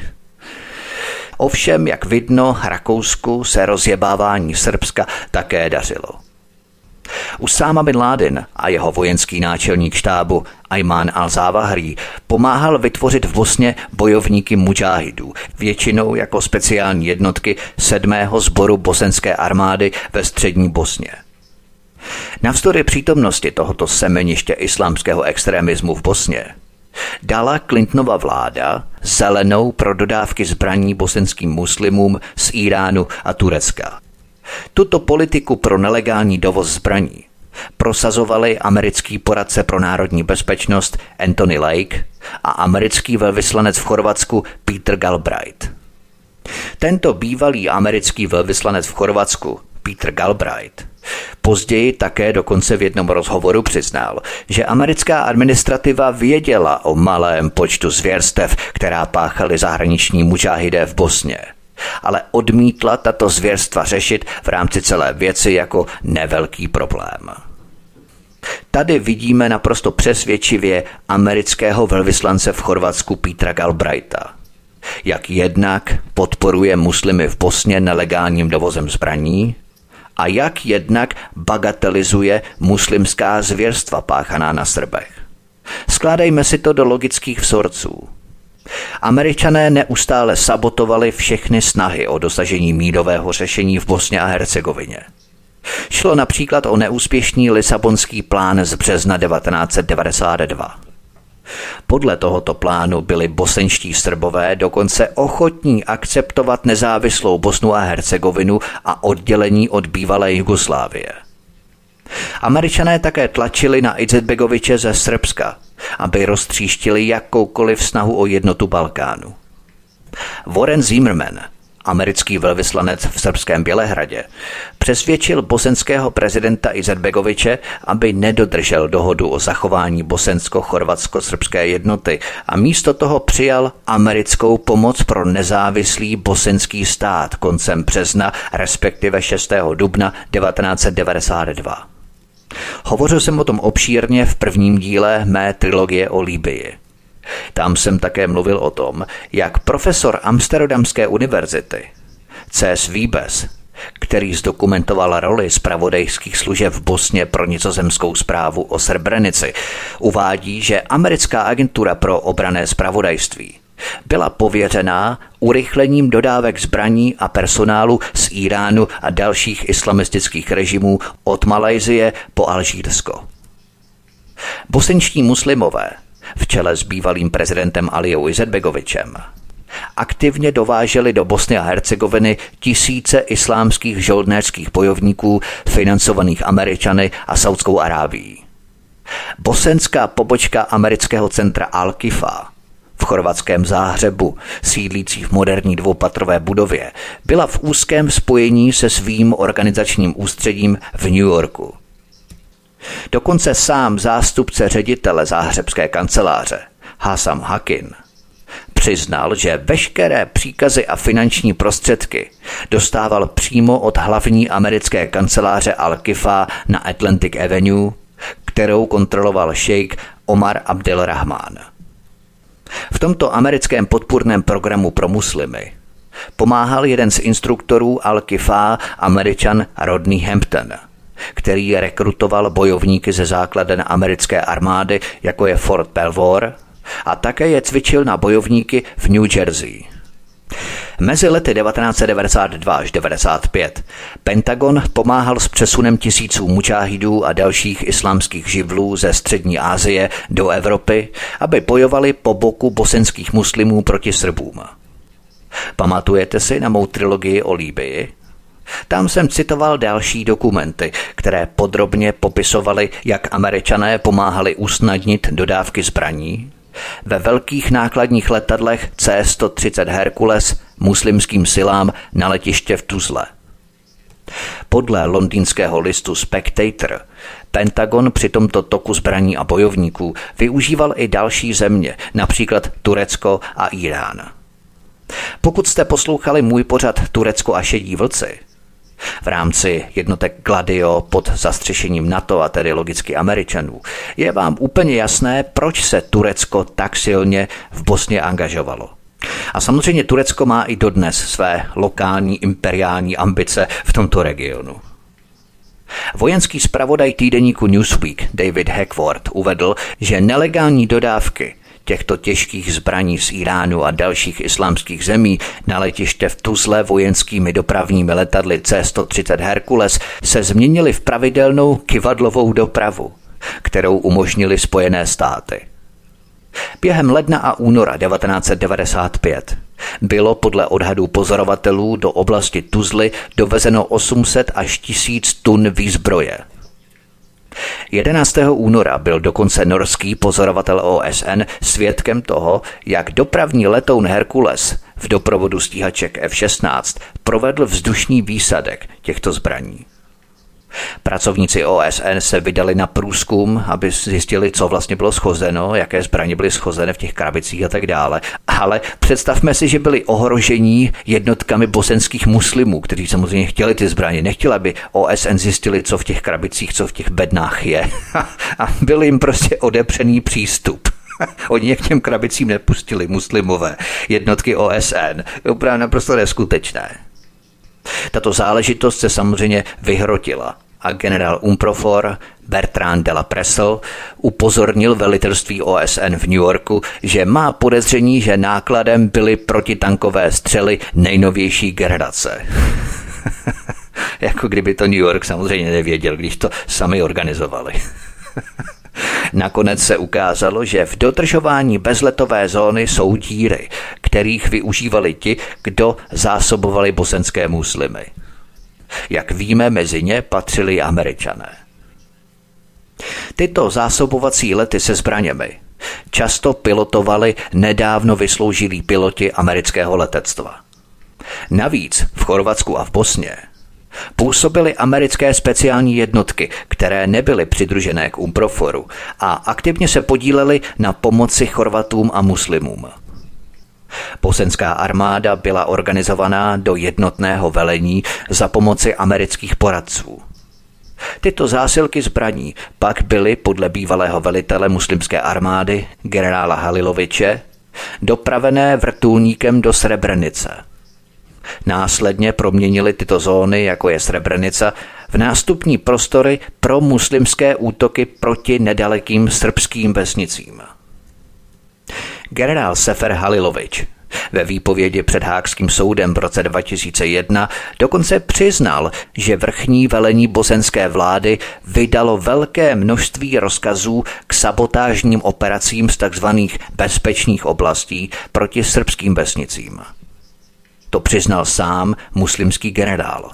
Ovšem, jak vidno, Rakousku se rozjebávání Srbska také dařilo. Usáma bin Ládin a jeho vojenský náčelník štábu Ajman al-Zawahri pomáhal vytvořit v Bosně bojovníky mudžáhidů, většinou jako speciální jednotky 7. sboru bosenské armády ve střední Bosně. Navzdory přítomnosti tohoto semeniště islámského extremismu v Bosně dala Clintonova vláda zelenou pro dodávky zbraní bosenským muslimům z Iránu a Turecka. Tuto politiku pro nelegální dovoz zbraní prosazovali americký poradce pro národní bezpečnost Anthony Lake a americký velvyslanec v Chorvatsku Peter Galbraith. Tento bývalý americký velvyslanec v Chorvatsku Peter Galbraith později také dokonce v jednom rozhovoru přiznal, že americká administrativa věděla o malém počtu zvěrstev, která páchali zahraniční mudžáhidé v Bosně, ale odmítla tato zvěrstva řešit v rámci celé věci jako nevelký problém. Tady vidíme naprosto přesvědčivě amerického velvyslance v Chorvatsku Petera Galbraitha, jak jednak podporuje muslimy v Bosně nelegálním dovozem zbraní a jak jednak bagatelizuje muslimská zvěrstva páchaná na Srbech. Skládejme si to do logických vzorců. Američané neustále sabotovali všechny snahy o dosažení mírového řešení v Bosně a Hercegovině. Šlo například o neúspěšný lisabonský plán z března 1992. Podle tohoto plánu byli bosenští Srbové dokonce ochotní akceptovat nezávislou Bosnu a Hercegovinu a oddělení od bývalé Jugoslávie. Američané také tlačili na Izetbegoviče ze Srbska, aby roztříštili jakoukoliv snahu o jednotu Balkánu. Warren Zimmerman, americký velvyslanec v srbském Bělehradě, přesvědčil bosenského prezidenta Izetbegoviče, aby nedodržel dohodu o zachování bosensko-chorvatsko-srbské jednoty a místo toho přijal americkou pomoc pro nezávislý bosenský stát koncem března, respektive 6. dubna 1992. Hovořil jsem o tom obšírně v prvním díle mé trilogie o Libyi. Tam jsem také mluvil o tom, jak profesor Amsterdamské univerzity C.S. Wiebes, který zdokumentoval roli zpravodajských služeb v Bosně pro nizozemskou zprávu o Srebrenici, uvádí, že americká agentura pro obranné zpravodajství byla pověřená urychlením dodávek zbraní a personálu z Iránu a dalších islamistických režimů od Malajsie po Alžírsko. Bosenští muslimové v čele s bývalým prezidentem Alijou Izetbegovičem aktivně dováželi do Bosny a Hercegoviny tisíce islámských žoldnéřských bojovníků financovaných Američany a Saudskou Arábií. Bosenská pobočka amerického centra Al-Kifa v chorvatském Záhřebu, sídlící v moderní dvoupatrové budově, byla v úzkém spojení se svým organizačním ústředím v New Yorku. Dokonce sám zástupce ředitele záhřebské kanceláře, Hassan Hakin, přiznal, že veškeré příkazy a finanční prostředky dostával přímo od hlavní americké kanceláře Al-Kifa na Atlantic Avenue, kterou kontroloval šejk Omar Abdelrahman. V tomto americkém podpůrném programu pro muslimy pomáhal jeden z instruktorů Al-Kifa, Američan Rodney Hampton, který rekrutoval bojovníky ze základen americké armády, jako je Fort Belvoir, a také je cvičil na bojovníky v New Jersey. Mezi lety 1992 až 1995 Pentagon pomáhal s přesunem tisíců mučáhidů a dalších islámských živlů ze střední Asie do Evropy, aby bojovali po boku bosenských muslimů proti Srbům. Pamatujete si na mou trilogii o Libyi? Tam jsem citoval další dokumenty, které podrobně popisovaly, jak Američané pomáhali usnadnit dodávky zbraní ve velkých nákladních letadlech C-130 Hercules muslimským silám na letiště v Tuzle. Podle londýnského listu Spectator Pentagon při tomto toku zbraní a bojovníků využíval i další země, například Turecko a Irán. Pokud jste poslouchali můj pořad Turecko a šedí vlci, v rámci jednotek Gladio pod zastřešením NATO a tedy logicky Američanů, je vám úplně jasné, proč se Turecko tak silně v Bosně angažovalo. A samozřejmě Turecko má i dodnes své lokální imperiální ambice v tomto regionu. Vojenský zpravodaj týdeníku Newsweek David Hackworth uvedl, že nelegální dodávky těchto těžkých zbraní z Iránu a dalších islámských zemí na letiště v Tuzle vojenskými dopravními letadly C-130 Hercules se změnily v pravidelnou kyvadlovou dopravu, kterou umožnily Spojené státy. Během ledna a února 1995 bylo podle odhadů pozorovatelů do oblasti Tuzly dovezeno 800 až 1000 tun výzbroje. 11. února byl dokonce norský pozorovatel OSN svědkem toho, jak dopravní letoun Hercules v doprovodu stíhaček F-16 provedl vzdušný výsadek těchto zbraní. Pracovníci OSN se vydali na průzkum, aby zjistili, co vlastně bylo schozeno, jaké zbraně byly schozené v těch krabicích a tak dále. Ale představme si, že byli ohrožení jednotkami bosenských muslimů, kteří samozřejmě chtěli ty zbraně. Nechtěli, aby OSN zjistili, co v těch krabicích, co v těch bednách je. A byl jim prostě odepřený přístup. Oni je k těm krabicím nepustili, muslimové jednotky OSN. Je opravdu naprosto neskutečné. Tato záležitost se samozřejmě vyhrotila a generál UNPROFOR Bertrand de la Pressel upozornil velitelství OSN v New Yorku, že má podezření, že nákladem byly protitankové střely nejnovější generace. Jako kdyby to New York samozřejmě nevěděl, když to sami organizovali. Nakonec se ukázalo, že v dodržování bezletové zóny jsou díry, kterých využívali ti, kdo zásobovali bosenské muslimy. Jak víme, mezi ně patřili Američané. Tyto zásobovací lety se zbraněmi často pilotovali nedávno vysloužilí piloti amerického letectva. Navíc v Chorvatsku a v Bosně působily americké speciální jednotky, které nebyly přidružené k UNPROFORu a aktivně se podílely na pomoci Chorvatům a muslimům. Bosenská armáda byla organizovaná do jednotného velení za pomoci amerických poradců. Tyto zásilky zbraní pak byly podle bývalého velitele muslimské armády generála Haliloviče dopravené vrtulníkem do Srebrenice. Následně proměnili tyto zóny, jako je Srebrenica, v nástupní prostory pro muslimské útoky proti nedalekým srbským vesnicím. Generál Sefer Halilovič Ve výpovědi před Haagským soudem v roce 2001 dokonce přiznal, že vrchní velení bosenské vlády vydalo velké množství rozkazů k sabotážním operacím z tzv. Bezpečných oblastí proti srbským vesnicím. To přiznal sám muslimský generál.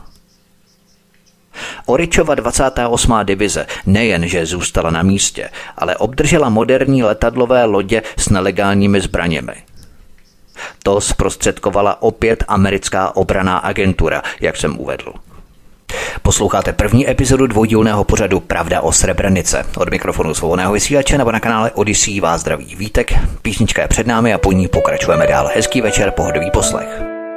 Oričova 28. divize nejenže zůstala na místě, ale obdržela moderní letadlové lodě s nelegálními zbraněmi. To zprostředkovala opět americká obranná agentura, jak jsem uvedl. Posloucháte první epizodu dvoudílného pořadu Pravda o Srebrenice. Od mikrofonu Svobodného vysílače nebo na kanále Odyssey vás zdraví Vítek. Písnička je před námi a po ní pokračujeme dál. Hezký večer, pohodový poslech.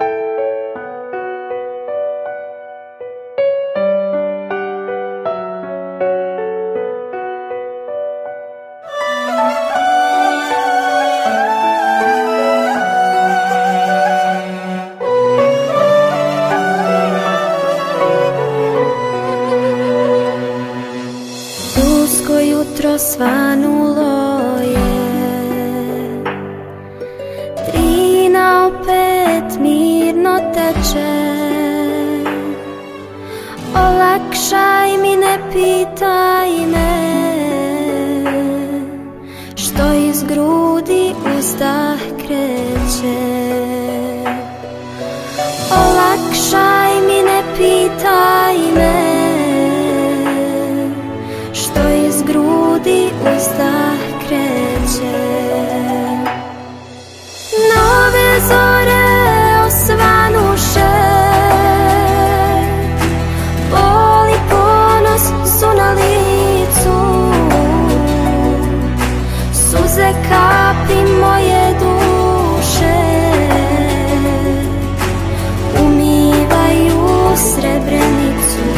Svanulo je, Drina opet mirno teče, olakšaj mi, ne pitaj me, što iz grudi uzdah kreće. Olakšaj mi, ne pitaj me, što iz grudi uzdah kreće. Nove zore osvanuše, bol i ponos su na licu, suze kapi moje duše umivaju Srebrenicu.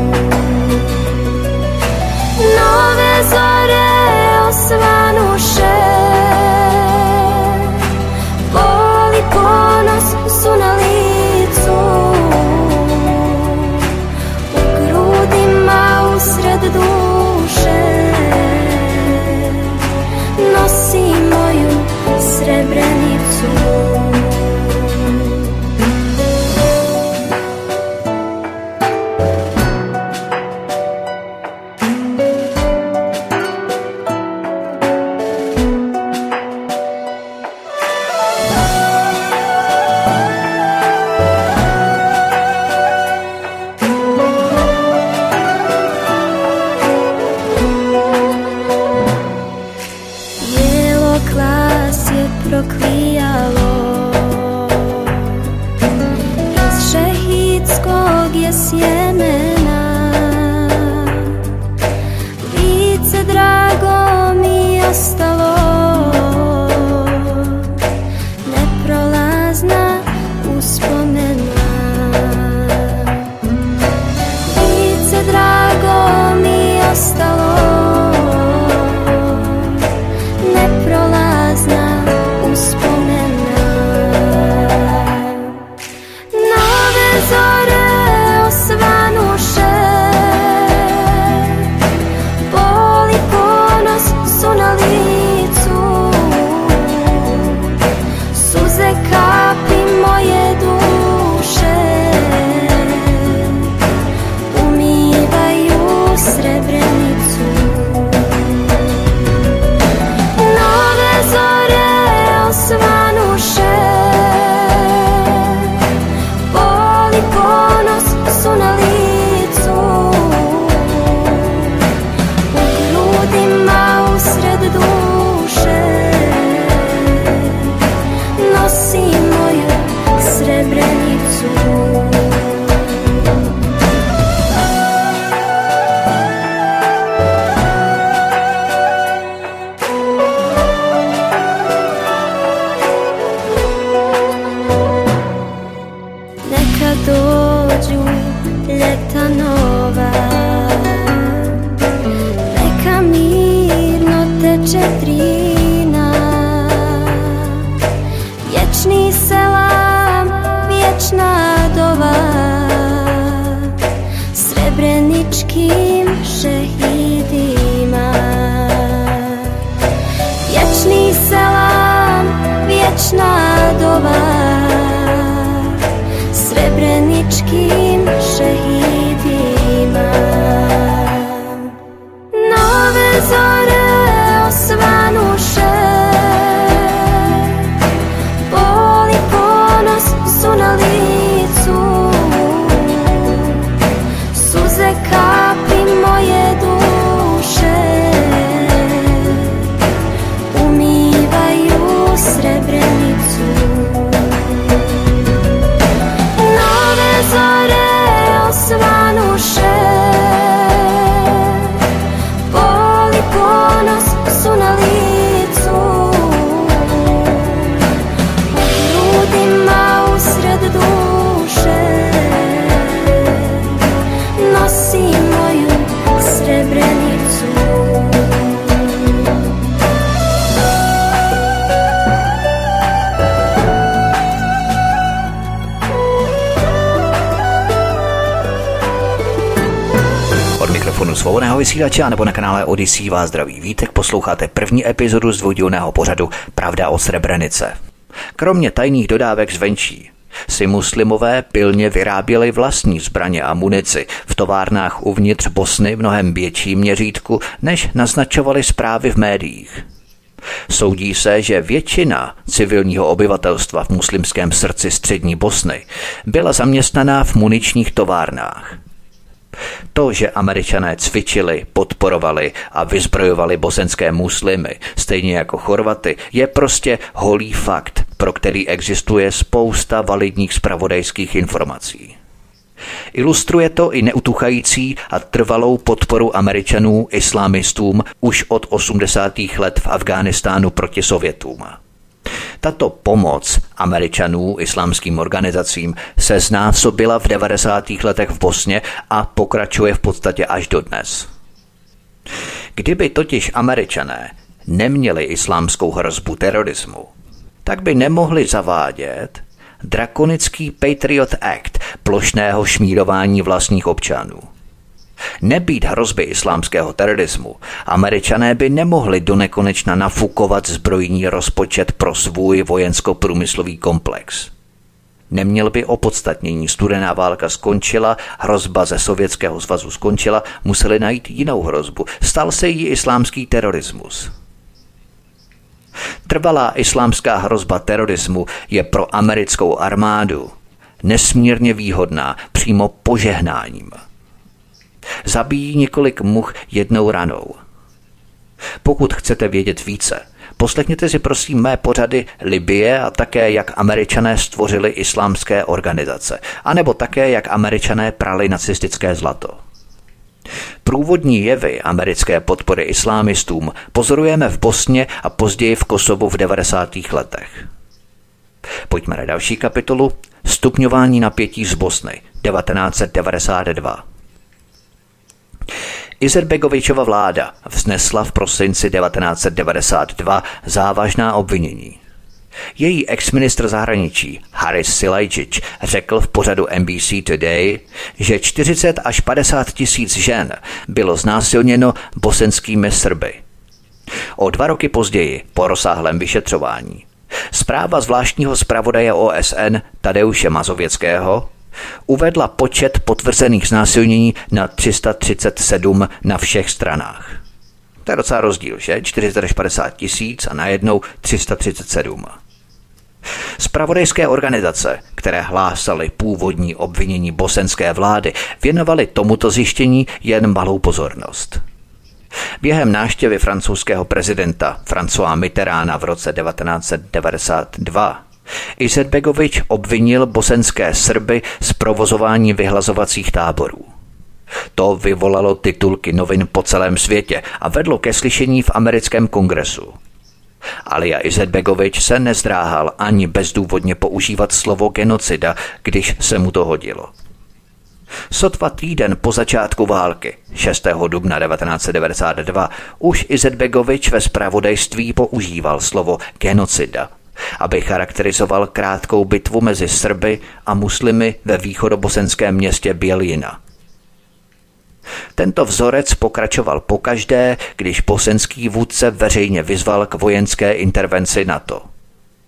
Nove zore osvanuše, bol i ponos su na licu, u grudima usred duše nosi moju Srebrenicu. Srebreničkim šehidima. Vječni selam, vječna dova. slova srebreničkim šehidima. Nove zore osvanuše, bol i ponos su na licu, suze kapi moje duše umivaju srebrenicu. Nove zore osvanuše, bol i ponos su na licu, u grudima usred duše nosi moju srebrenicu. Od mikrofonu Svobodného vysílače nebo na kanále Odyssey vás zdraví Vítek, posloucháte první epizodu z dvoudílného pořadu Pravda o Srebrenice. Kromě tajných dodávek zvenčí si muslimové pilně vyráběli vlastní zbraně a munici v továrnách uvnitř Bosny v mnohem větším měřítku, než naznačovaly zprávy v médiích. Soudí se, že většina civilního obyvatelstva v muslimském srdci střední Bosny byla zaměstnaná v muničních továrnách. To, že Američané cvičili, podporovali a vyzbrojovali bosenské muslimy, stejně jako Chorvaty, je prostě holý fakt, pro který existuje spousta validních zpravodajských informací. Ilustruje to i neutuchající a trvalou podporu Američanů islámistům už od 80. let v Afghánistánu proti Sovětům. Tato pomoc Američanů islámským organizacím se znásobila v 90. letech v Bosně a pokračuje v podstatě až dodnes. Kdyby totiž Američané neměli islámskou hrozbu terorismu, tak by nemohli zavádět drakonický Patriot Act plošného šmírování vlastních občanů. Nebýt hrozby islámského terorismu, Američané by nemohli donekonečna nafukovat zbrojní rozpočet pro svůj vojensko-průmyslový komplex. Neměl by opodstatnění, studená válka skončila, hrozba ze Sovětského svazu skončila, museli najít jinou hrozbu. Stal se jí islámský terorismus. Trvalá islámská hrozba terorismu je pro americkou armádu nesmírně výhodná, přímo požehnáním. Zabíjí několik much jednou ranou. Pokud chcete vědět více, poslechněte si prosím mé pořady Libye a také jak Američané stvořili islámské organizace, anebo také jak Američané prali nacistické zlato. Průvodní jevy americké podpory islámistům pozorujeme v Bosně a později v Kosovu v 90. letech. Pojďme na další kapitolu Stupňování napětí z Bosny 1992. Izetbegovičova vláda vznesla v prosinci 1992 závažná obvinění. Její exministr zahraničí Haris Silajdžić řekl v pořadu NBC Today, že 40 až 50 tisíc žen bylo znásilněno bosenskými Srby. O 2 roky později, po rozsáhlém vyšetřování, zpráva zvláštního zpravodaje OSN Tadeuše Mazověckého uvedla počet potvrzených znásilnění na 337 na všech stranách. To je docela rozdíl, že? 40 až 50 tisíc a najednou 337. Zpravodajské organizace, které hlásaly původní obvinění bosenské vlády, věnovaly tomuto zjištění jen malou pozornost. Během návštěvy francouzského prezidenta Françoise Mitterranda v roce 1992 Izetbegovič obvinil bosenské Srby z provozování vyhlazovacích táborů. To vyvolalo titulky novin po celém světě a vedlo ke slyšení v americkém kongresu. Alija Izetbegovič se nezdráhal ani bezdůvodně používat slovo genocida, když se mu to hodilo. Sotva týden po začátku války, 6. dubna 1992, už Izetbegovič ve zpravodajství používal slovo genocida, aby charakterizoval krátkou bitvu mezi Srby a muslimy ve východobosenském městě Běljina. Tento vzorec pokračoval pokaždé, když bosenský vůdce veřejně vyzval k vojenské intervenci NATO.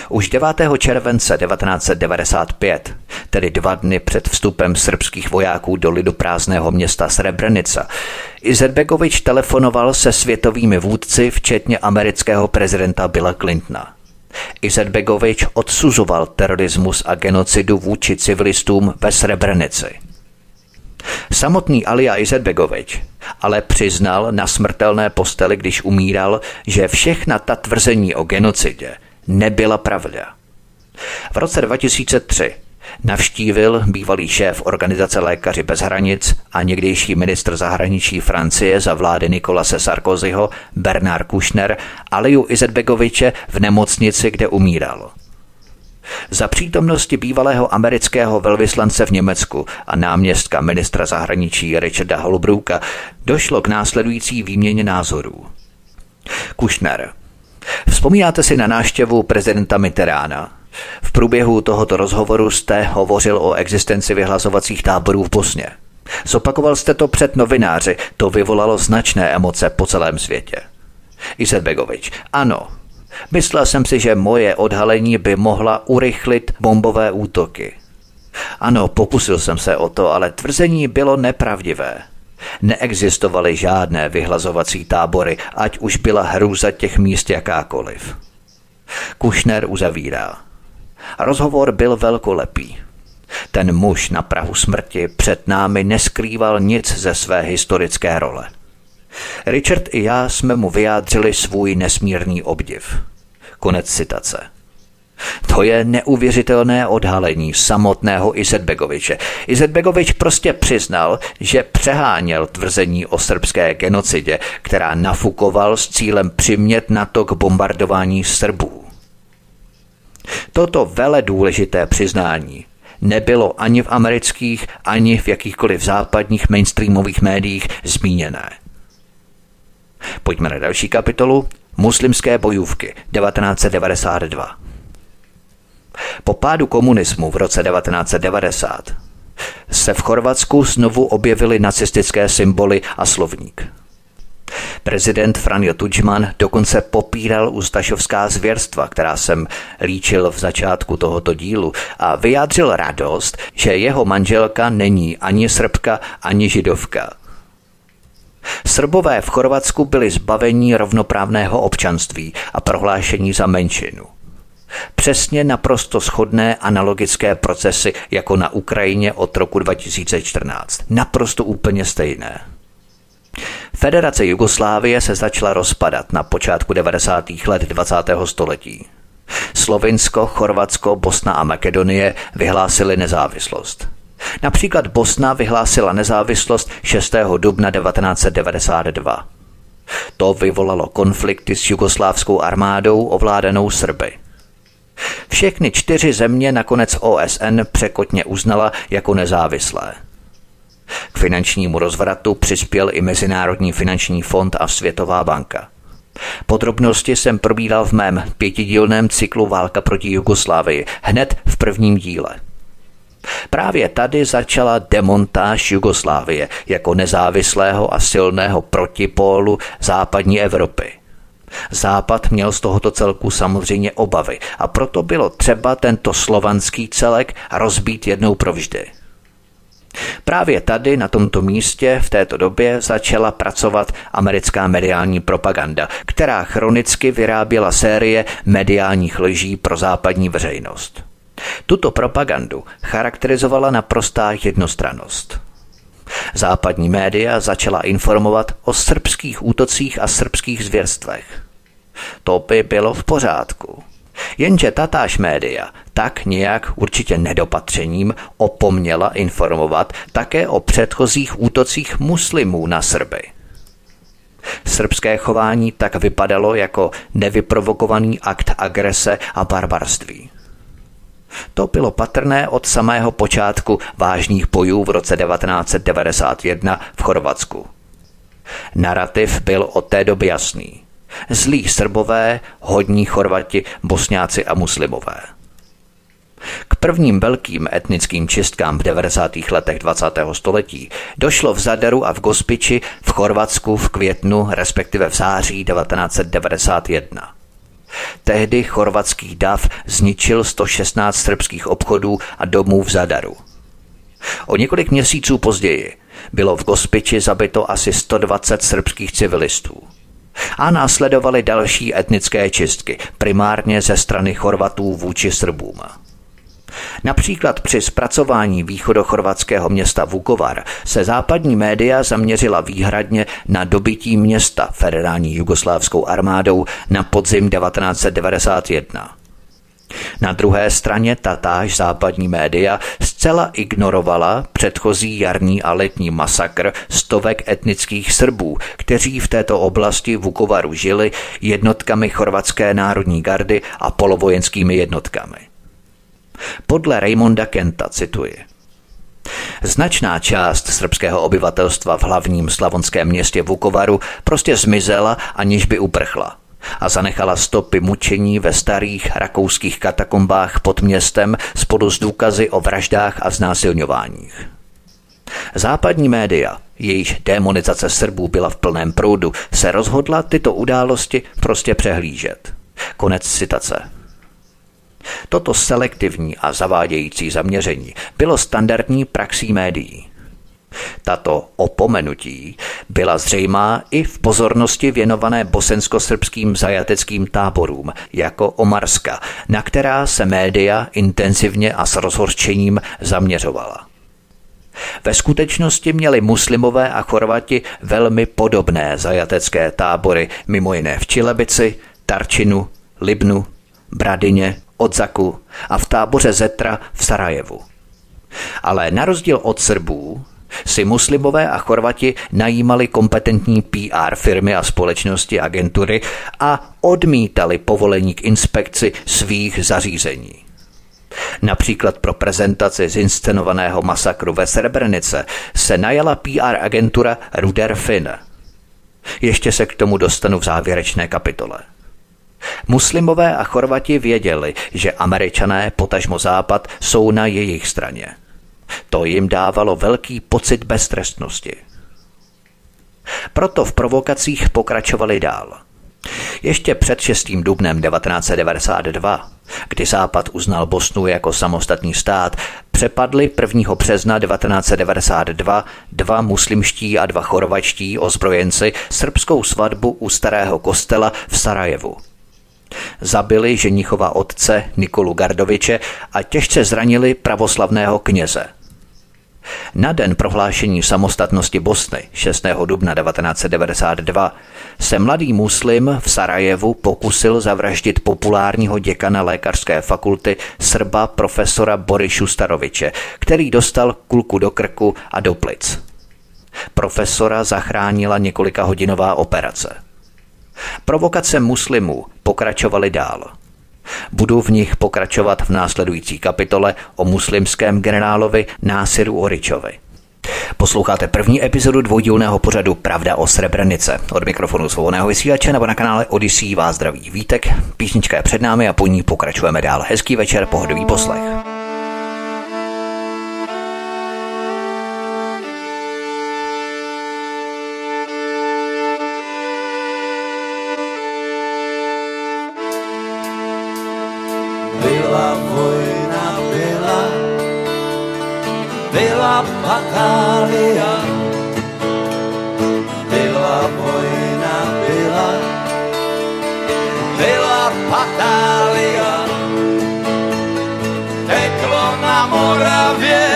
Už 9. července 1995, tedy 2 dny před vstupem srbských vojáků do liduprázdného města Srebrenica, Izetbegovič telefonoval se světovými vůdci, včetně amerického prezidenta Billa Clintona. Izetbegovič odsuzoval terorismus a genocidu vůči civilistům ve Srebrenici. Samotný Alija Izetbegovič ale přiznal na smrtelné posteli, když umíral, že všechna ta tvrzení o genocidě nebyla pravda. V roce 2003 navštívil bývalý šéf organizace Lékaři bez hranic a někdejší ministr zahraničí Francie za vlády Nicolase Sarkozyho Bernard Kouchner Aliju Izetbegoviče v nemocnici, kde umíral. Za přítomnosti bývalého amerického velvyslance v Německu a náměstka ministra zahraničí Richarda Holbrooka došlo k následující výměně názorů. Kouchner: Vzpomínáte si na návštěvu prezidenta Mitterranda? V průběhu tohoto rozhovoru jste hovořil o existenci vyhlazovacích táborů v Bosně. Zopakoval jste to před novináři, to vyvolalo značné emoce po celém světě. Izetbegovič: Ano. Myslel jsem si, že moje odhalení by mohla urychlit bombové útoky. Ano, pokusil jsem se o to, ale tvrzení bylo nepravdivé. Neexistovaly žádné vyhlazovací tábory, ať už byla hrůza těch míst jakákoliv. Kouchner uzavírá: Rozhovor byl velkolepý. Ten muž na prahu smrti před námi neskrýval nic ze své historické role. Richard i já jsme mu vyjádřili svůj nesmírný obdiv. Konec citace. To je neuvěřitelné odhalení samotného Izetbegoviče. Izetbegovič prostě přiznal, že přeháněl tvrzení o srbské genocidě, která nafukoval s cílem přimět NATO k bombardování Srbů. Toto veledůležité přiznání nebylo ani v amerických, ani v jakýchkoliv západních mainstreamových médiích zmíněné. Pojďme na další kapitolu. Muslimské bojůvky 1992. Po pádu komunismu v roce 1990 se v Chorvatsku znovu objevily nacistické symboly a slovník. Prezident Franjo Tudjman dokonce popíral ustašovská zvěrstva, která jsem líčil v začátku tohoto dílu, a vyjádřil radost, že jeho manželka není ani Srbka, ani Židovka. Srbové v Chorvatsku byli zbaveni rovnoprávného občanství a prohlášení za menšinu. Přesně naprosto shodné analogické procesy jako na Ukrajině od roku 2014. Naprosto úplně stejné. Federace Jugoslávie se začala rozpadat na počátku 90. let 20. století. Slovinsko, Chorvatsko, Bosna a Makedonie vyhlásily nezávislost. Například Bosna vyhlásila nezávislost 6. dubna 1992. To vyvolalo konflikty s jugoslávskou armádou ovládanou Srby. Všechny 4 země nakonec OSN překotně uznala jako nezávislé. K finančnímu rozvratu přispěl i Mezinárodní finanční fond a Světová banka. Podrobnosti jsem probíral v mém 5dílném cyklu Válka proti Jugoslávii hned v prvním díle. Právě tady začala demontáž Jugoslávie jako nezávislého a silného protipólu západní Evropy. Západ měl z tohoto celku samozřejmě obavy a proto bylo třeba tento slovanský celek rozbít jednou provždy. Právě tady, na tomto místě, v této době začala pracovat americká mediální propaganda, která chronicky vyráběla série mediálních lží pro západní veřejnost. Tuto propagandu charakterizovala naprostá jednostrannost. Západní média začala informovat o srbských útocích a srbských zvěrstvech. To by bylo v pořádku. Jenže tatáž média tak nějak určitě nedopatřením opomněla informovat také o předchozích útocích muslimů na Srby. Srbské chování tak vypadalo jako nevyprovokovaný akt agrese a barbarství. To bylo patrné od samého počátku vážných bojů v roce 1991 v Chorvatsku. Narativ byl od té doby jasný. Zlí Srbové, hodní Chorvati, Bosňáci a muslimové. K prvním velkým etnickým čistkám v 90. letech 20. století došlo v Zadaru a v Gospići v Chorvatsku v květnu, respektive v září 1991. Tehdy chorvatský dav zničil 116 srbských obchodů a domů v Zadaru. O několik měsíců později bylo v Gospići zabito asi 120 srbských civilistů. A následovaly další etnické čistky, primárně ze strany Chorvatů vůči Srbům. Například při zpracování východochorvatského města Vukovar se západní média zaměřila výhradně na dobytí města federální jugoslávskou armádou na podzim 1991. Na druhé straně tatáž západní média zcela ignorovala předchozí jarní a letní masakr stovek etnických Srbů, kteří v této oblasti Vukovaru žili jednotkami chorvatské národní gardy a polovojenskými jednotkami. Podle Raymonda Kenta cituji: značná část srbského obyvatelstva v hlavním slavonském městě Vukovaru prostě zmizela, aniž by uprchla, a zanechala stopy mučení ve starých rakouských katakombách pod městem spolu s důkazy o vraždách a znásilňováních. Západní média, jejíž démonizace Srbů byla v plném proudu, se rozhodla tyto události prostě přehlížet. Konec citace. Toto selektivní a zavádějící zaměření bylo standardní praxí médií. Tato opomenutí byla zřejmá i v pozornosti věnované bosensko-srbským zajateckým táborům jako Omarska, na která se média intenzivně a s rozhořčením zaměřovala. Ve skutečnosti měli muslimové a Chorvati velmi podobné zajatecké tábory, mimo jiné v Čilebici, Tarčinu, Libnu, Bradině, Odzaku a v táboře Zetra v Sarajevu. Ale na rozdíl od Srbů si muslimové a Chorvati najímali kompetentní PR firmy a společnosti agentury a odmítali povolení k inspekci svých zařízení. Například pro prezentaci zinscenovaného masakru ve Srebrenice se najala PR agentura Ruder Finn. Ještě se k tomu dostanu v závěrečné kapitole. Muslimové a Chorvati věděli, že Američané, potažmo Západ, jsou na jejich straně. To jim dávalo velký pocit beztrestnosti. Proto v provokacích pokračovali dál. Ještě před 6. dubnem 1992, kdy Západ uznal Bosnu jako samostatný stát, přepadli 1. března 1992 dva muslimští a dva chorvačtí ozbrojenci srbskou svatbu u Starého kostela v Sarajevu. Zabili ženichova otce Nikolu Gardoviče a těžce zranili pravoslavného kněze. Na den prohlášení samostatnosti Bosny 6. dubna 1992 se mladý muslim v Sarajevu pokusil zavraždit populárního děkana lékařské fakulty Srba profesora Borišu Staroviče, který dostal kulku do krku a do plic. Profesora zachránila několikahodinová operace. Provokace muslimů pokračovaly dál. Budu v nich pokračovat v následující kapitole o muslimském generálovi Násiru Oričovi. Posloucháte první epizodu dvoudílného pořadu Pravda o Srebrenice. Od mikrofonu Svobodného vysílače nebo na kanále Odyssey vás zdraví Vítek. Písnička je před námi a po ní pokračujeme dál. Hezký večer, pohodový poslech. Byla vojna, byla batália, byla vojna, byla batália, teklo na Moravě,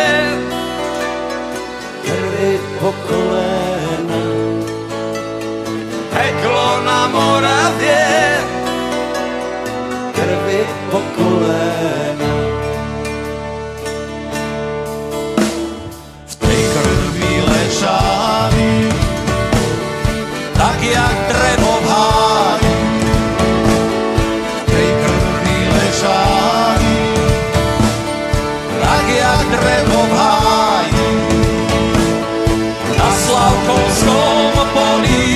krvi po kolena, teklo na Moravě, krvi po kolena. V tej krvi ležali, tak jak drevo v háji. V tej krvi ležali, tak jak drevo v háji. Na Slavkovskom poli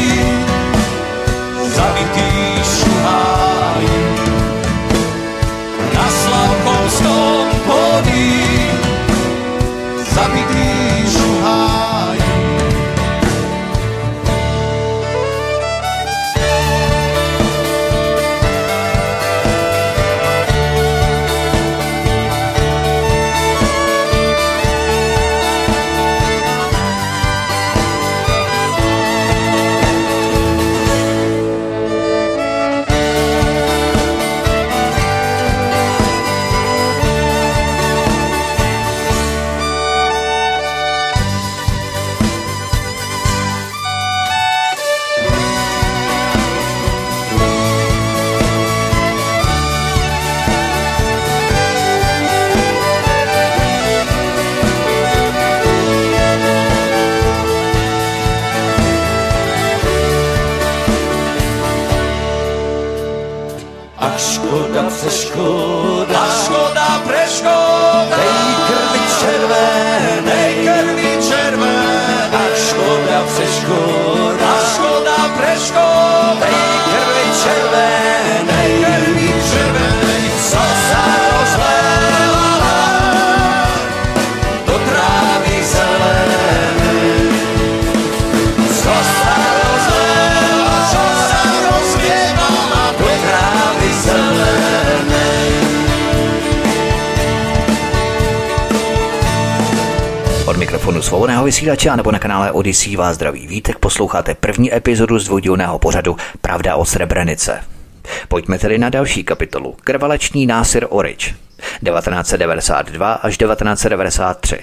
zabitý šuháji. Na Slavkovskom Svobodného vysílače a nebo na kanále Odyssey vás zdraví Vítek, posloucháte první epizodu z dvoudílného pořadu Pravda o Srebrenice. Pojďme tedy na další kapitolu. Krvalační Násir Orić 1992 až 1993.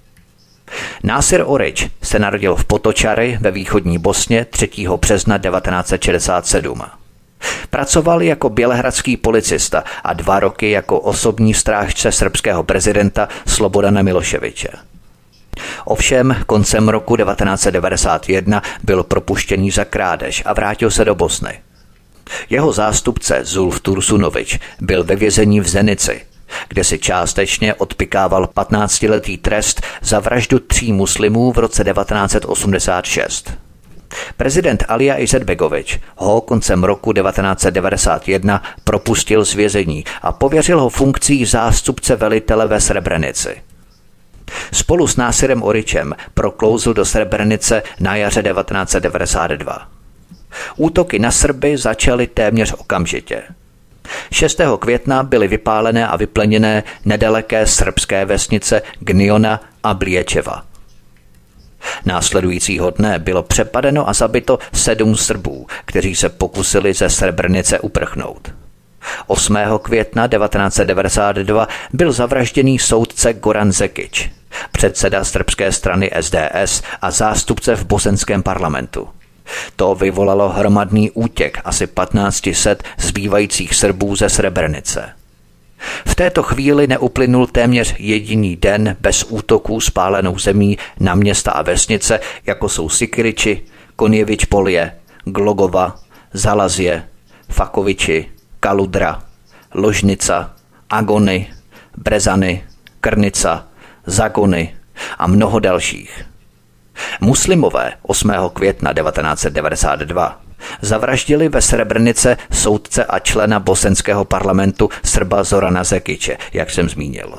Násir Orić se narodil v Potočari ve východní Bosně 3. března 1967. Pracoval jako bělehradský policista a 2 roky jako osobní strážce srbského prezidenta Slobodana Miloševiče. Ovšem koncem roku 1991 byl propuštěný za krádež a vrátil se do Bosny. Jeho zástupce Zulf Tursunović byl ve vězení v Zenici, kde si částečně odpykával 15letý trest za vraždu 3 muslimů v roce 1986. Prezident Alija Izetbegović ho koncem roku 1991 propustil z vězení a pověřil ho funkcí zástupce velitele ve Srebrenici. Spolu s Násirem Orićem proklouzl do Srebrenice na jaře 1992. Útoky na Srby začaly téměř okamžitě. 6. května byly vypálené a vypleněné nedaleké srbské vesnice Gniona a Bliečeva. Následujícího dne bylo přepadeno a zabito 7 Srbů, kteří se pokusili ze Srebrenice uprchnout. 8. května 1992 byl zavražděný soudce Goran Zekić, předseda srbské strany SDS a zástupce v bosenském parlamentu. To vyvolalo hromadný útěk asi 1500 zbývajících Srbů ze Srebrenice. V této chvíli neuplynul téměř jediný den bez útoků spálenou zemí na města a vesnice, jako jsou Sikirići, Konjević Polje, Glogova, Zalazje, Fakovići, Kaludra, Ložnica, Agony, Brezany, Krnica, Zagony a mnoho dalších. Muslimové 8. května 1992 zavraždili ve Srebrenice soudce a člena bosenského parlamentu Srba Zorana Zekiće, jak jsem zmínil.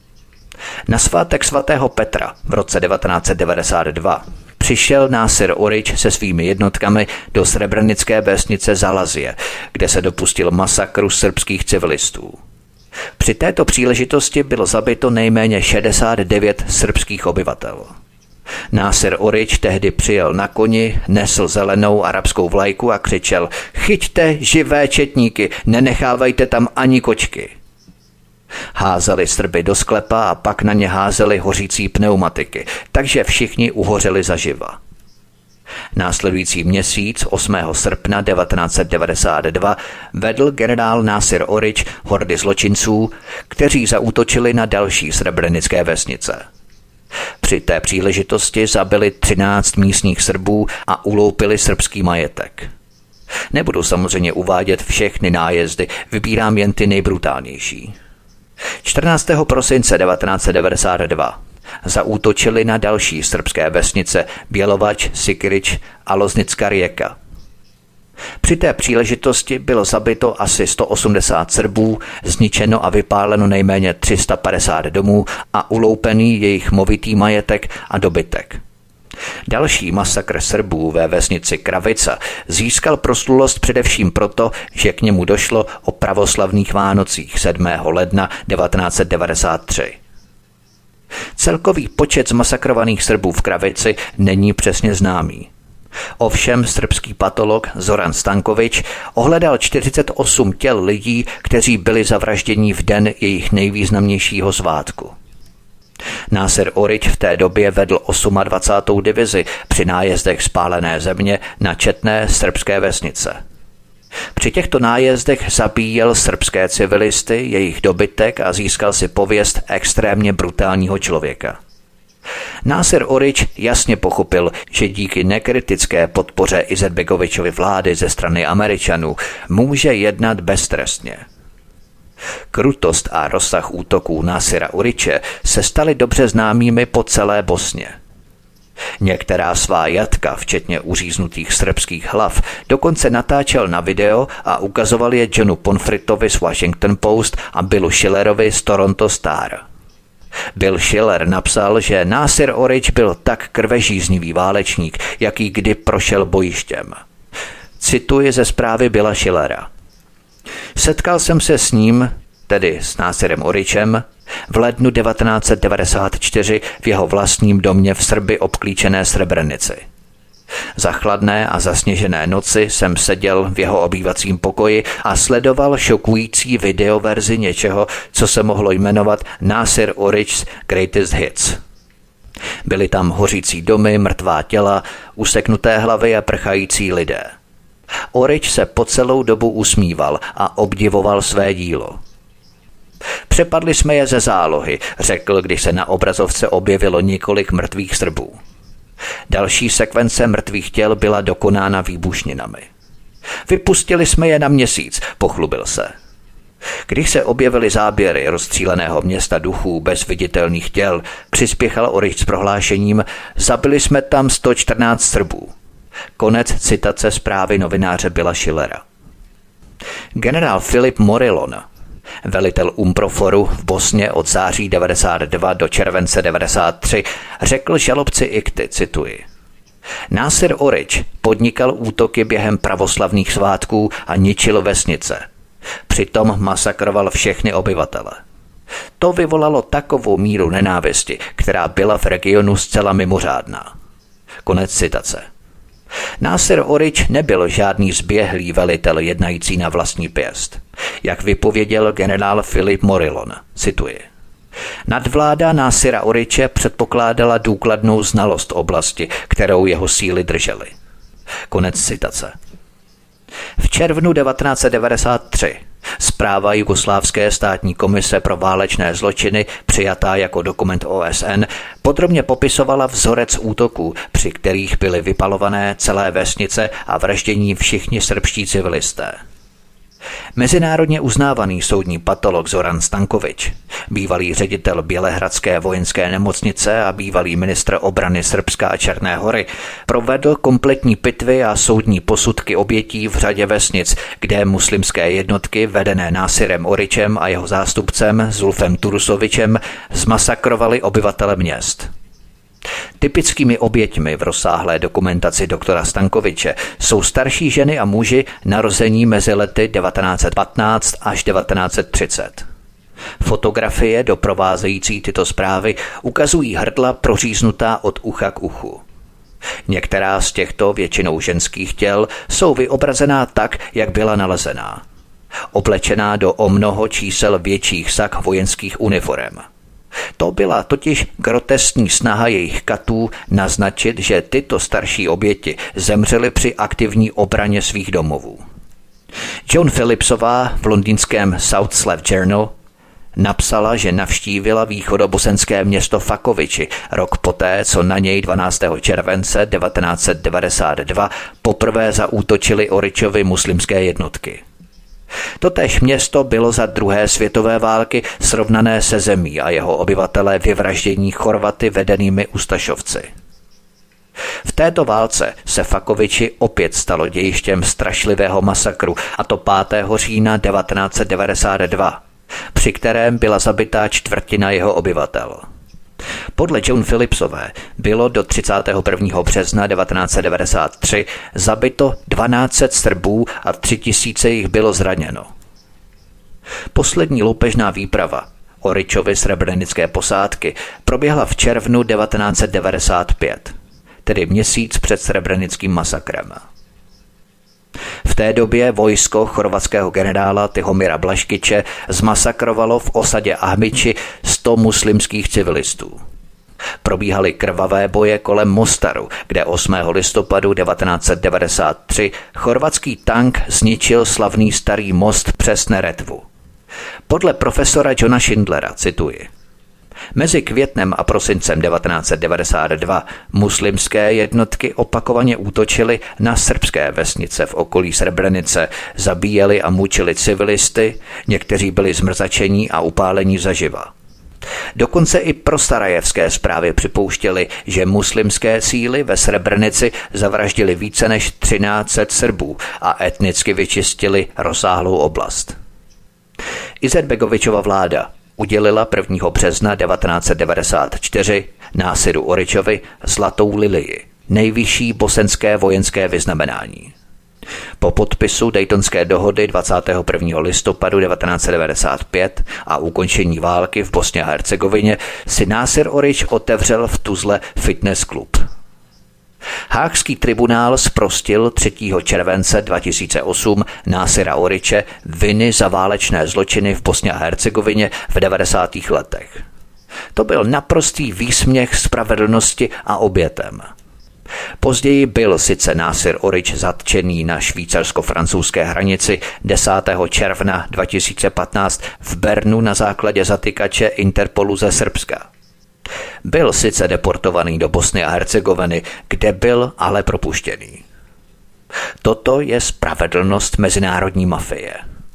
Na svátek svatého Petra v roce 1992 přišel Násir Orić se svými jednotkami do srebrenické vesnice Zalazje, kde se dopustil masakru srbských civilistů. Při této příležitosti bylo zabito nejméně 69 srbských obyvatel. Násir Orić tehdy přijel na koni, nesl zelenou arabskou vlajku a křičel: "Chyťte živé četníky, nenechávajte tam ani kočky." Házeli Srby do sklepa a pak na ně házeli hořící pneumatiky, takže všichni uhořeli zaživa. Následující měsíc 8. srpna 1992 vedl generál Násir Orić hordy zločinců, kteří zaútočili na další srebrenické vesnice. Při té příležitosti zabili 13 místních Srbů a uloupili srbský majetek. Nebudu samozřejmě uvádět všechny nájezdy, vybírám jen ty nejbrutálnější. 14. prosince 1992 zaútočili na další srbské vesnice Bělovač, Sikirić a Loznická Rijeka. Při té příležitosti bylo zabito asi 180 Srbů, zničeno a vypáleno nejméně 350 domů a uloupený jejich movitý majetek a dobytek. Další masakr Srbů ve vesnici Kravica získal proslulost především proto, že k němu došlo o pravoslavných Vánocích 7. ledna 1993. Celkový počet zmasakrovaných Srbů v Kravici není přesně známý. Ovšem srbský patolog Zoran Stanković ohledal 48 těl lidí, kteří byli zavražděni v den jejich nejvýznamnějšího svátku. Násir Orić v té době vedl 28. divizi při nájezdech spálené země na četné srbské vesnice. Při těchto nájezdech zabíjel srbské civilisty, jejich dobytek a získal si pověst extrémně brutálního člověka. Násir Orić jasně pochopil, že díky nekritické podpoře Izetbegovićovy vlády ze strany Američanů může jednat beztrestně. Krutost a rozsah útoků Násira Oriće se staly dobře známými po celé Bosně. Některá svá jatka, včetně uříznutých srbských hlav, dokonce natáčel na video a ukazoval je Johnu Ponfritovi z Washington Post a Billu Schillerovi z Toronto Star. Bill Schiller napsal, že Násir Orić byl tak krvežíznivý válečník, jaký kdy prošel bojištěm. Cituji ze zprávy Billa Schillera. Setkal jsem se s ním, tedy s Násirem Orićem, v lednu 1994 v jeho vlastním domě v Srby obklíčené Srebrenici. Za chladné a zasněžené noci jsem seděl v jeho obývacím pokoji a sledoval šokující videoverzi něčeho, co se mohlo jmenovat Nasir Orich's Greatest Hits. Byly tam hořící domy, mrtvá těla, useknuté hlavy a prchající lidé. Orich se po celou dobu usmíval a obdivoval své dílo. Přepadli jsme je ze zálohy, řekl, když se na obrazovce objevilo několik mrtvých Srbů. Další sekvence mrtvých těl byla dokonána výbušninami. Vypustili jsme je na měsíc, pochlubil se. Když se objevily záběry rozstříleného města duchů bez viditelných těl, přispěchal Orich s prohlášením: zabili jsme tam 114 Srbů. Konec citace zprávy novináře Billa Schillera. Generál Filip Morillon, velitel UNPROFORu v Bosně od září 92 do července 93, řekl žalobci ICTY, cituji: Nasir Orich podnikal útoky během pravoslavných svátků a ničil vesnice. Přitom masakroval všechny obyvatele. To vyvolalo takovou míru nenávisti, která byla v regionu zcela mimořádná. Konec citace. Nasir Orich nebyl žádný zběhlý velitel jednající na vlastní pěst. Jak vypověděl generál Filip Morillon, cituji: nadvláda Nasira Oriche předpokládala důkladnou znalost oblasti, kterou jeho síly držely. Konec citace. V červnu 1993 zpráva Jugoslávské státní komise pro válečné zločiny, přijatá jako dokument OSN, podrobně popisovala vzorec útoků, při kterých byly vypalované celé vesnice a vraždění všichni srbští civilisté. Mezinárodně uznávaný soudní patolog Zoran Stanković, bývalý ředitel Bělehradské vojenské nemocnice a bývalý ministr obrany Srbska a Černé Hory, provedl kompletní pitvy a soudní posudky obětí v řadě vesnic, kde muslimské jednotky vedené Nasirem Orichem a jeho zástupcem Zulfem Turusovičem zmasakrovali obyvatele měst. Typickými oběťmi v rozsáhlé dokumentaci doktora Stankoviče jsou starší ženy a muži narození mezi lety 1915 až 1930. Fotografie doprovázející tyto zprávy ukazují hrdla proříznutá od ucha k uchu. Některá z těchto většinou ženských těl jsou vyobrazená tak, jak byla nalezená. Oblečená do o mnoho čísel větších sak vojenských uniforem. To byla totiž groteskní snaha jejich katů naznačit, že tyto starší oběti zemřely při aktivní obraně svých domovů. Joan Phillipsová v londýnském South Slav Journal napsala, že navštívila východobosenské město Fakoviči rok poté, co na něj 12. července 1992 poprvé zaútočily Orichovi muslimské jednotky. Totéž město bylo za druhé světové války srovnané se zemí a jeho obyvatelé vyvraždění Chorvaty vedenými Ustašovci. V této válce se Fakoviči opět stalo dějištěm strašlivého masakru, a to 5. října 1992, při kterém byla zabitá čtvrtina jeho obyvatel. Podle Joan Phillipsové bylo do 31. března 1993 zabito 1200 Srbů a 3000 jich bylo zraněno. Poslední loupežná výprava Orichovy srebrenické posádky proběhla v červnu 1995, tedy měsíc před srebrenickým masakrem. V té době vojsko chorvatského generála Tihomira Blaškiče zmasakrovalo v osadě Ahmići 100 muslimských civilistů. Probíhaly krvavé boje kolem Mostaru, kde 8. listopadu 1993 chorvatský tank zničil slavný starý most přes Neretvu. Podle profesora Johna Schindlera, cituji: mezi květnem a prosincem 1992 muslimské jednotky opakovaně útočily na srbské vesnice v okolí Srebrenice, zabíjeli a mučili civilisty, někteří byli zmrzačení a upálení zaživa. Dokonce i prosarajevské zprávy připouštěly, že muslimské síly ve Srebrenici zavraždili více než 1300 Srbů a etnicky vyčistili rozsáhlou oblast. Izetbegovičova vláda udělila 1. března 1994 Nasiru Orichovi zlatou lilii, nejvyšší bosenské vojenské vyznamenání. Po podpisu Daytonské dohody 21. listopadu 1995 a ukončení války v Bosně a Hercegovině si Násir Orić otevřel v Tuzle fitness klub. Haagský tribunál zprostil 3. července 2008 Násira Oriće viny za válečné zločiny v Bosně a Hercegovině v 90. letech. To byl naprostý výsměch spravedlnosti a obětem. Později byl sice Násir Orić zatčený na švýcarsko-francouzské hranici 10. června 2015 v Bernu na základě zatykače Interpolu ze Srbska. Byl sice deportovaný do Bosny a Hercegoviny, kde byl ale propuštěný. Toto je spravedlnost mezinárodní mafie.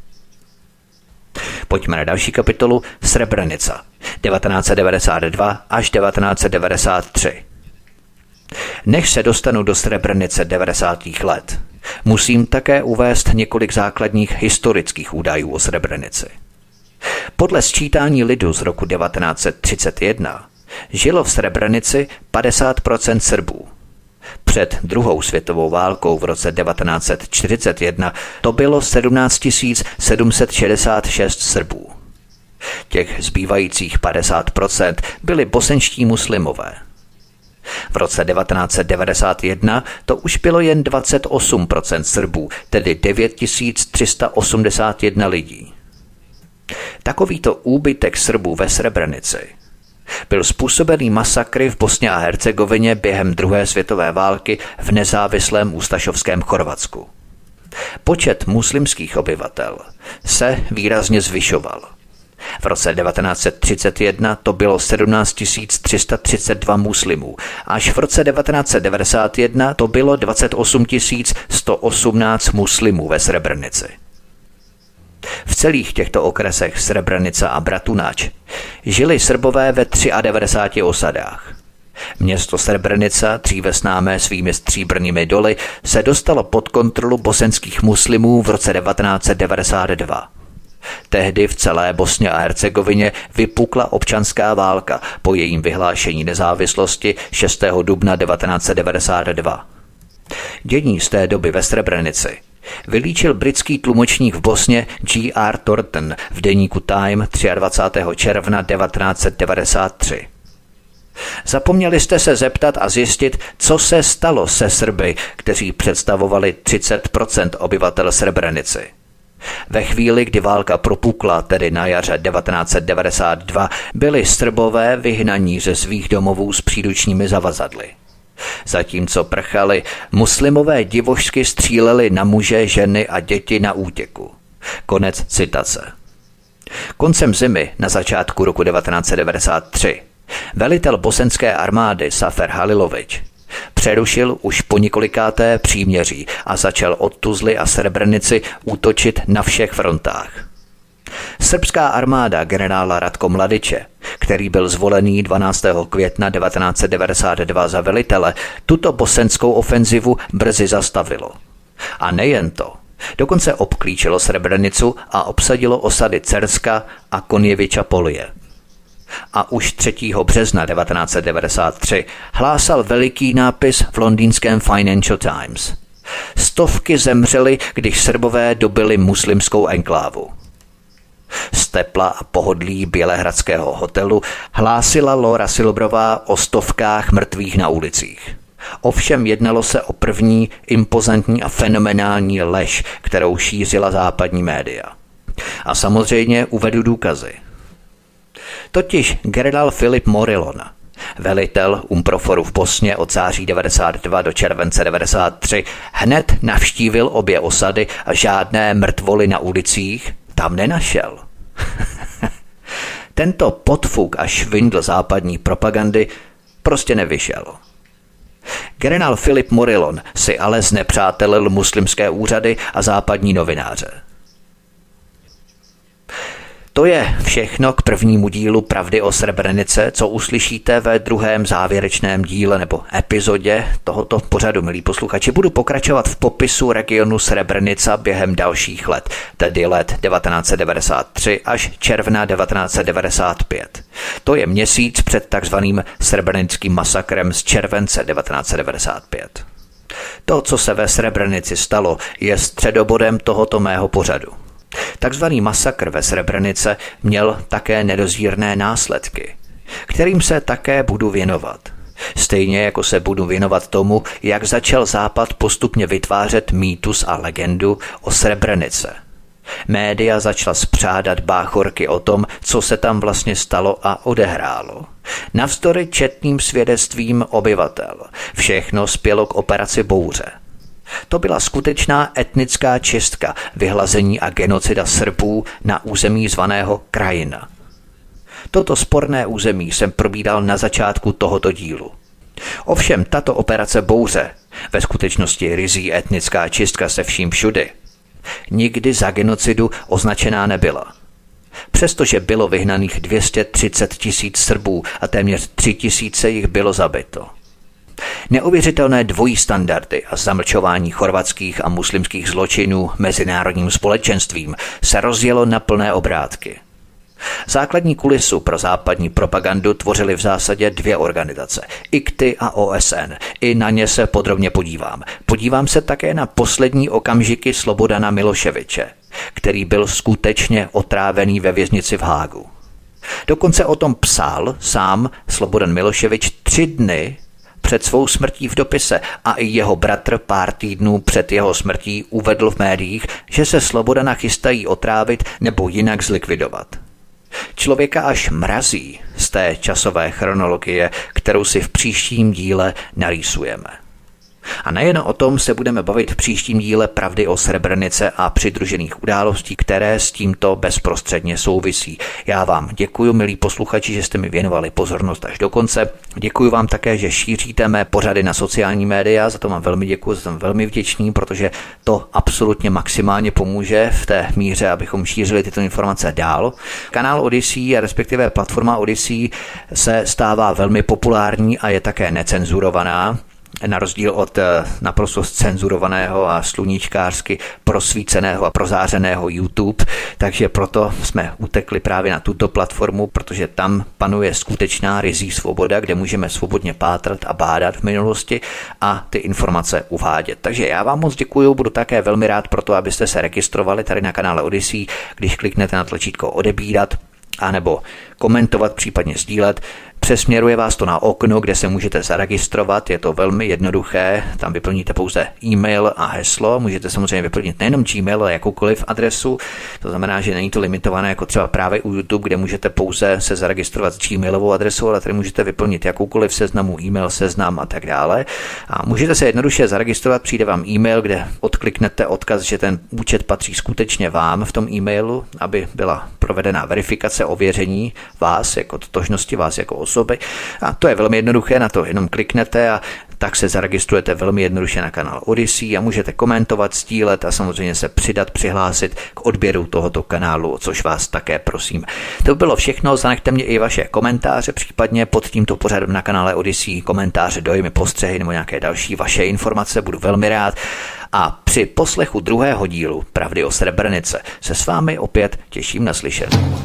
Pojďme na další kapitolu Srebrenica 1992 až 1993. Než se dostanu do Srebrenice 90. let, musím také uvést několik základních historických údajů o Srebrenici. Podle sčítání lidu z roku 1931 žilo v Srebrenici 50% Srbů. Před druhou světovou válkou v roce 1941 to bylo 17 766 Srbů. Těch zbývajících 50% byli bosenští muslimové. V roce 1991 to už bylo jen 28% Srbů, tedy 9381 lidí. Takovýto úbytek Srbů ve Srebrenici byl způsobený masakry v Bosně a Hercegovině během druhé světové války v nezávislém ustašovském Chorvatsku. Počet muslimských obyvatel se výrazně zvyšoval. V roce 1931 to bylo 17 332 muslimů, až v roce 1991 to bylo 28 118 muslimů ve Srebrenici. V celých těchto okresech Srebrenica a Bratunač žili Srbové ve 93 osadách. Město Srebrenica, dříve známé svými stříbrnými doly, se dostalo pod kontrolu bosenských muslimů v roce 1992. Tehdy v celé Bosně a Hercegovině vypukla občanská válka po jejím vyhlášení nezávislosti 6. dubna 1992. Dění z té doby ve Srebrenici vylíčil britský tlumočník v Bosně G.R. Thornton v deníku Time 23. června 1993. Zapomněli jste se zeptat a zjistit, co se stalo se Srby, kteří představovali 30% obyvatel Srebrenici. Ve chvíli, kdy válka propukla, tedy na jaře 1992, byli Srbové vyhnaní ze svých domovů s příručními zavazadly. Zatímco prchali, muslimové divošsky stříleli na muže, ženy a děti na útěku. Konec citace. Koncem zimy na začátku roku 1993 velitel bosenské armády Safer Halilović přerušil už po několikáté příměří a začal od Tuzly a Srebrenici útočit na všech frontách. Srbská armáda generála Ratko Mladiče, který byl zvolený 12. května 1992 za velitele, tuto bosenskou ofenzivu brzy zastavilo. A nejen to, dokonce obklíčilo Srebrenicu a obsadilo osady Cerska a Konjevića Polije. A už 3. března 1993 hlásal veliký nápis v londýnském Financial Times. Stovky zemřely, když Srbové dobili muslimskou enklávu. Z tepla a pohodlí bělehradského hotelu hlásila Laura Silbrová o stovkách mrtvých na ulicích. Ovšem jednalo se o první impozantní a fenomenální lež, kterou šířila západní média. A samozřejmě uvedu důkazy. Totiž generál Philip Morillon, velitel Umproforu v Bosně od září 92 do července 93, hned navštívil obě osady a žádné mrtvoly na ulicích tam nenašel. Tento podfuk a švindl západní propagandy prostě nevyšel. Generál Philip Morillon si ale znepřátelil muslimské úřady a západní novináře. To je všechno k prvnímu dílu Pravdy o Srebrenice, co uslyšíte ve druhém závěrečném díle nebo epizodě tohoto pořadu, milí posluchači. Budu pokračovat v popisu regionu Srebrenica během dalších let, tedy let 1993 až června 1995. To je měsíc před takzvaným srebrenickým masakrem z července 1995. To, co se ve Srebrenici stalo, je středobodem tohoto mého pořadu. Takzvaný masakr ve Srebrenice měl také nedozírné následky, kterým se také budu věnovat. Stejně jako se budu věnovat tomu, jak začal Západ postupně vytvářet mýtus a legendu o Srebrenice. Média začala spřádat báchorky o tom, co se tam vlastně stalo a odehrálo. Navzdory četným svědectvím obyvatel všechno spělo k operaci Bouře. To byla skutečná etnická čistka, vyhlazení a genocida Srbů na území zvaného Krajina. Toto sporné území jsem probíral na začátku tohoto dílu. Ovšem tato operace Bouře, ve skutečnosti ryzí etnická čistka se vším všudy, nikdy za genocidu označená nebyla. Přestože bylo vyhnaných 230 000 Srbů a téměř 3 000 jich bylo zabito. Neuvěřitelné dvojí standardy a zamlčování chorvatských a muslimských zločinů mezinárodním společenstvím se rozjelo na plné obrátky. Základní kulisu pro západní propagandu tvořily v zásadě dvě organizace, ICTY a OSN. I na ně se podrobně podívám. Podívám se také na poslední okamžiky Slobodana Miloševiče, který byl skutečně otrávený ve věznici v Hágu. Dokonce o tom psal sám Slobodan Miloševič 3 dny před svou smrtí v dopise a i jeho bratr pár týdnů před jeho smrtí uvedl v médiích, že se Slobodana chystají otrávit nebo jinak zlikvidovat. Člověka až mrazí z té časové chronologie, kterou si v příštím díle narýsujeme. A nejen o tom se budeme bavit v příštím díle Pravdy o Srebrenice a přidružených událostí, které s tímto bezprostředně souvisí. Já vám děkuji, milí posluchači, že jste mi věnovali pozornost až do konce. Děkuji vám také, že šíříte mé pořady na sociální média, za to vám velmi děkuji, jsem velmi vděčný, protože to absolutně maximálně pomůže v té míře, abychom šířili tyto informace dál. Kanál Odyssey, respektive platforma Odyssey, se stává velmi populární a je také necenzurovaná. Na rozdíl od naprosto cenzurovaného a sluníčkářsky prosvíceného a prozářeného YouTube, takže proto jsme utekli právě na tuto platformu, protože tam panuje skutečná ryzí svoboda, kde můžeme svobodně pátrat a bádat v minulosti a ty informace uvádět. Takže já vám moc děkuju, budu také velmi rád pro to, abyste se registrovali tady na kanále Odyssey, když kliknete na tlačítko odebírat, anebo komentovat, případně sdílet. Přesměruje vás to na okno, kde se můžete zaregistrovat, je to velmi jednoduché, tam vyplníte pouze e-mail a heslo, můžete samozřejmě vyplnit nejenom Gmail, ale jakoukoliv adresu, to znamená, že není to limitované jako třeba právě u YouTube, kde můžete pouze se zaregistrovat s Gmailovou adresou, ale tady můžete vyplnit jakoukoliv seznamu, e-mail, seznam a tak dále. A můžete se jednoduše zaregistrovat, přijde vám e-mail, kde odkliknete odkaz, že ten účet patří skutečně vám v tom e-mailu, aby byla provedena verifikace, ověření vás jako totožnosti, vás jako osoby. A to je velmi jednoduché, na to jenom kliknete a tak se zaregistrujete velmi jednoduše na kanál Odyssey a můžete komentovat, sdílet a samozřejmě se přidat, přihlásit k odběru tohoto kanálu, což vás také prosím. To bylo všechno, zanechte mě i vaše komentáře, případně pod tímto pořadem na kanále Odyssey komentáře, dojmy, postřehy nebo nějaké další vaše informace, budu velmi rád. A při poslechu druhého dílu Pravdy o Srebrenice se s vámi opět těším na slyšenou.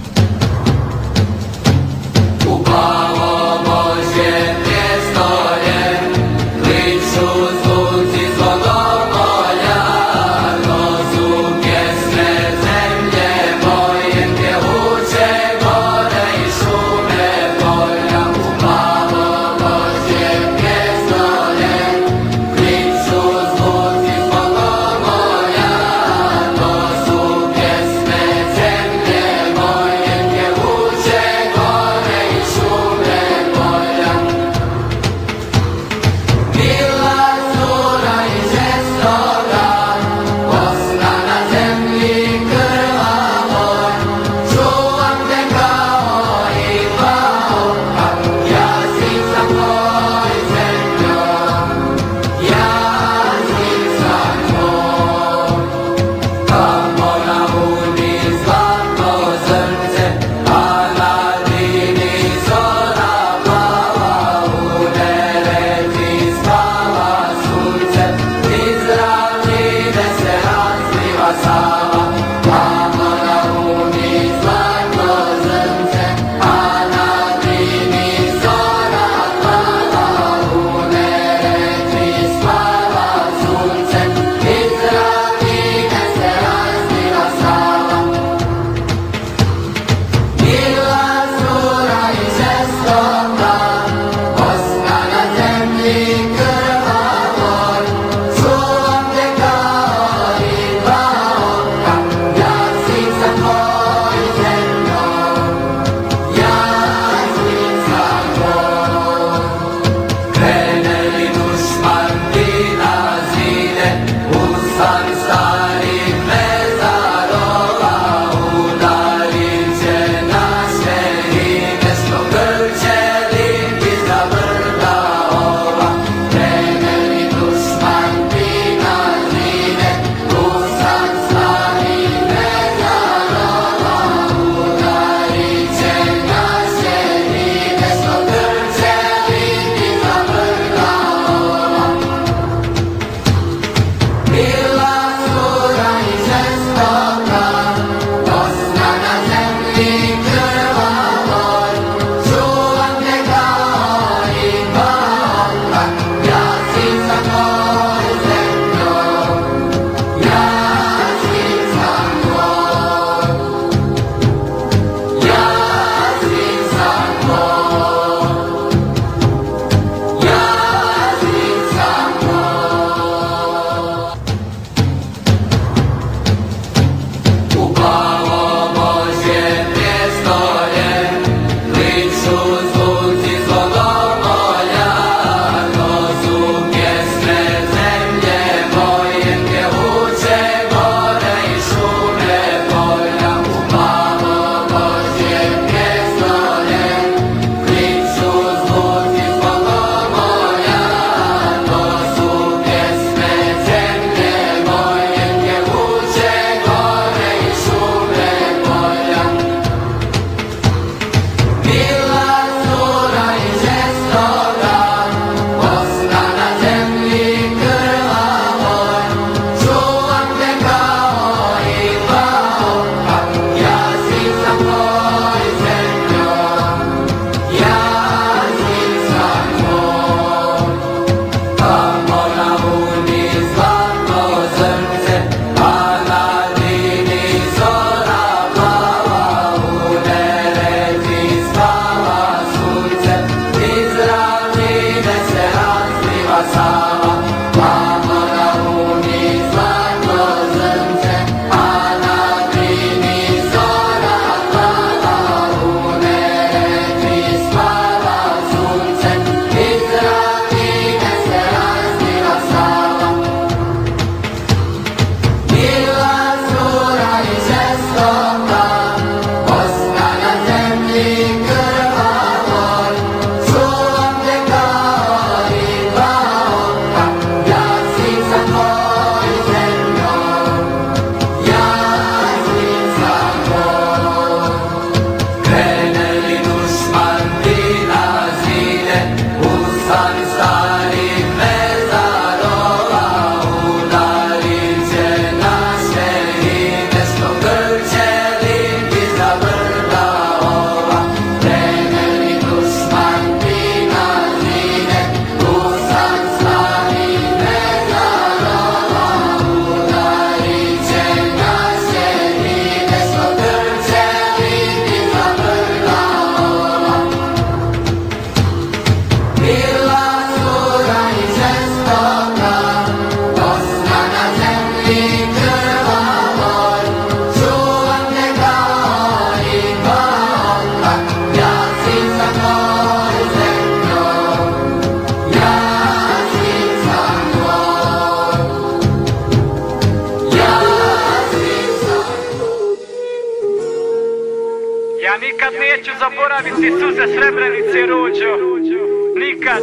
zaboraviti suze Srebrenice, Ruđo. Nikad.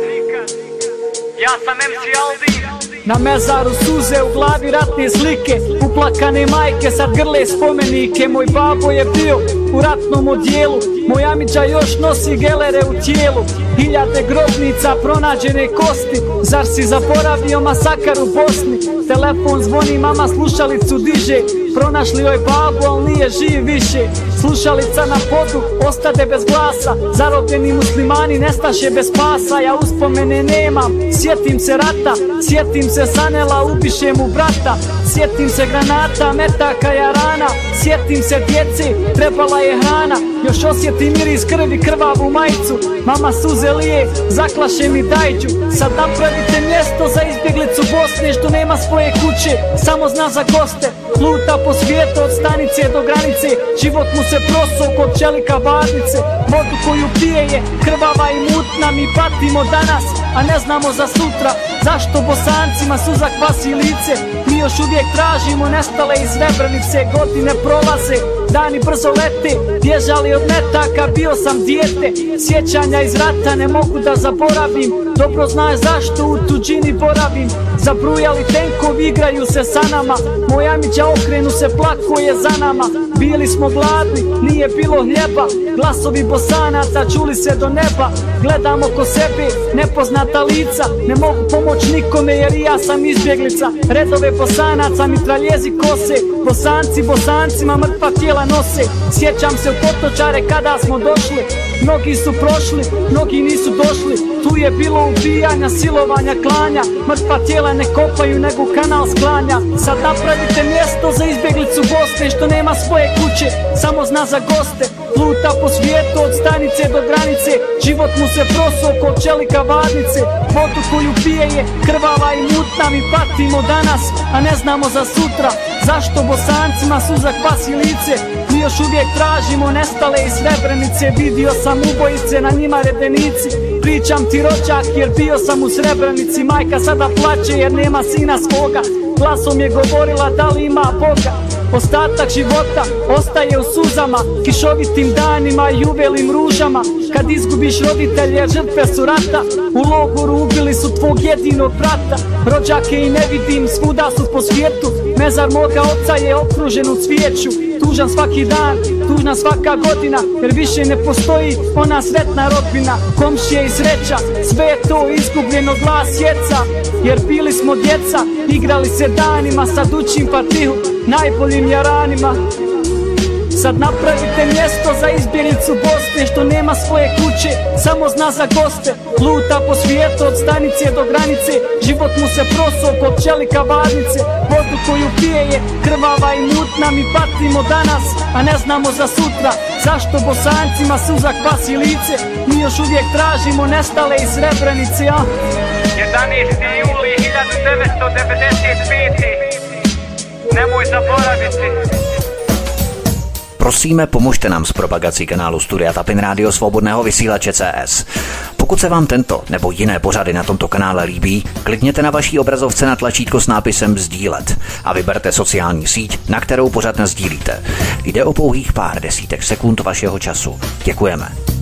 Ja sam MC Aldin. Na mezaru suze, u glavi ratne slike, uplakane majke sad grle spomenike. Moj babo je bio u ratnom odjelu, moj amidža još nosi gelere u tijelu. Hiljade grobnica, pronađene kosti, zar si zaboravio masakar u Bosni? Telefon zvoni, mama slušalicu diže, pronašli joj babu, al nije živ više. Slušalica na podu, ostade bez glasa, zarobljeni muslimani nestaše bez spasa. Ja uspomene nemam, sjetim se rata, sjetim se sanela, ubišem u brata. Sjetim se granata, metaka, jarana, sjetim se djeci, trebala je hrana. Još osjetim miris krvi, krvavu majicu, mama suze lije, zaklaše mi dajđu. Sad napravite mjesto za izbjeglicu Bosne što nema svoje kuće, samo zna za goste. Luta po svijetu od stanice do granice, život mu se proso kod čelika varnice. Vodu koju pije je krvava i mutna, mi patimo danas, a ne znamo za sutra. Zašto Bosancima suza kvasi lice? Mi još uvijek tražimo nestale iz Srebrenice. Godine prolaze, dani brzo lete, bježali od metaka, bio sam dijete. Sjećanja iz rata ne mogu da zaboravim, dobro znaš zašto u tuđini boravim. Zabrujali tenkovi, igraju se sa nama, moj amidža okrenu se, plako je za nama. Bili smo gladni, nije bilo hljeba, glasovi Bosanaca čuli se do neba. Gledam oko sebe, nepoznata lica, ne mogu pomoć nikome jer i ja sam izbjeglica. Redove Bosanaca mitraljezi kose, Bosanci Bosancima mrtva tijela nose. Sjećam se u Potočare kada smo došli, mnogi su prošli, mnogi nisu došli. Tu je bilo ubijanja, silovanja, klanja, mrtva tijela ne kopaju nego kanal sklanja. Sad napravite mjesto za izbjeglicu Bosne što nema svoje kuće, samo zna za goste. Luta po svijetu od stanice do granice, život mu se proso kod čelika varnice. Vodu koju pije je krvava i mutna, mi patimo danas, a ne znamo za sutra. Zašto Bosancima suza kvasi lice? Mi još uvijek tražimo nestale iz Srebrenice. Vidio sam ubojice, na njima redenici. Pričam ti rođak jer bio sam u Srebrenici. Majka sada plače jer nema sina svoga, glasom je govorila da li ima Boga. Ostatak života ostaje u suzama, kišovitim danima i uvelim ružama. Kad izgubiš roditelje, žrtve su rata, u logoru ubili su tvog jedinog brata. Rođake i ne vidim, svuda su po svijetu, mezar moga oca je okružen u cvijeću. Tužan svaki dan, tužna svaka godina, jer više ne postoji ona sretna rodbina. Komšije i sreća, sve je to izgubljeno, glas jeca. Jer bili smo djeca, igrali se danima, sad učim Fatihu najboljim jaranima. Sad napravite mjesto za izbjeglicu Bosne što nema svoje kuće, samo zna za goste. Luta po svijetu od stanice do granice, život mu se proso kod čelika varnice. Vodu koju pije je krvava i mutna, mi patimo danas, a ne znamo za sutra. Zašto Bosancima suza kvasi lice? Mi još uvijek tražimo nestale iz Srebrenice. 11. juli 1995. Nemoj zaboraviti. Prosíme, pomožte nám s propagací kanálu Studia Tapin Rádio Svobodného vysílače CS. Pokud se vám tento nebo jiné pořady na tomto kanále líbí, klikněte na vaší obrazovce na tlačítko s nápisem sdílet a vyberte sociální síť, na kterou pořad nasdílíte. Jde o pouhých pár desítek sekund vašeho času. Děkujeme.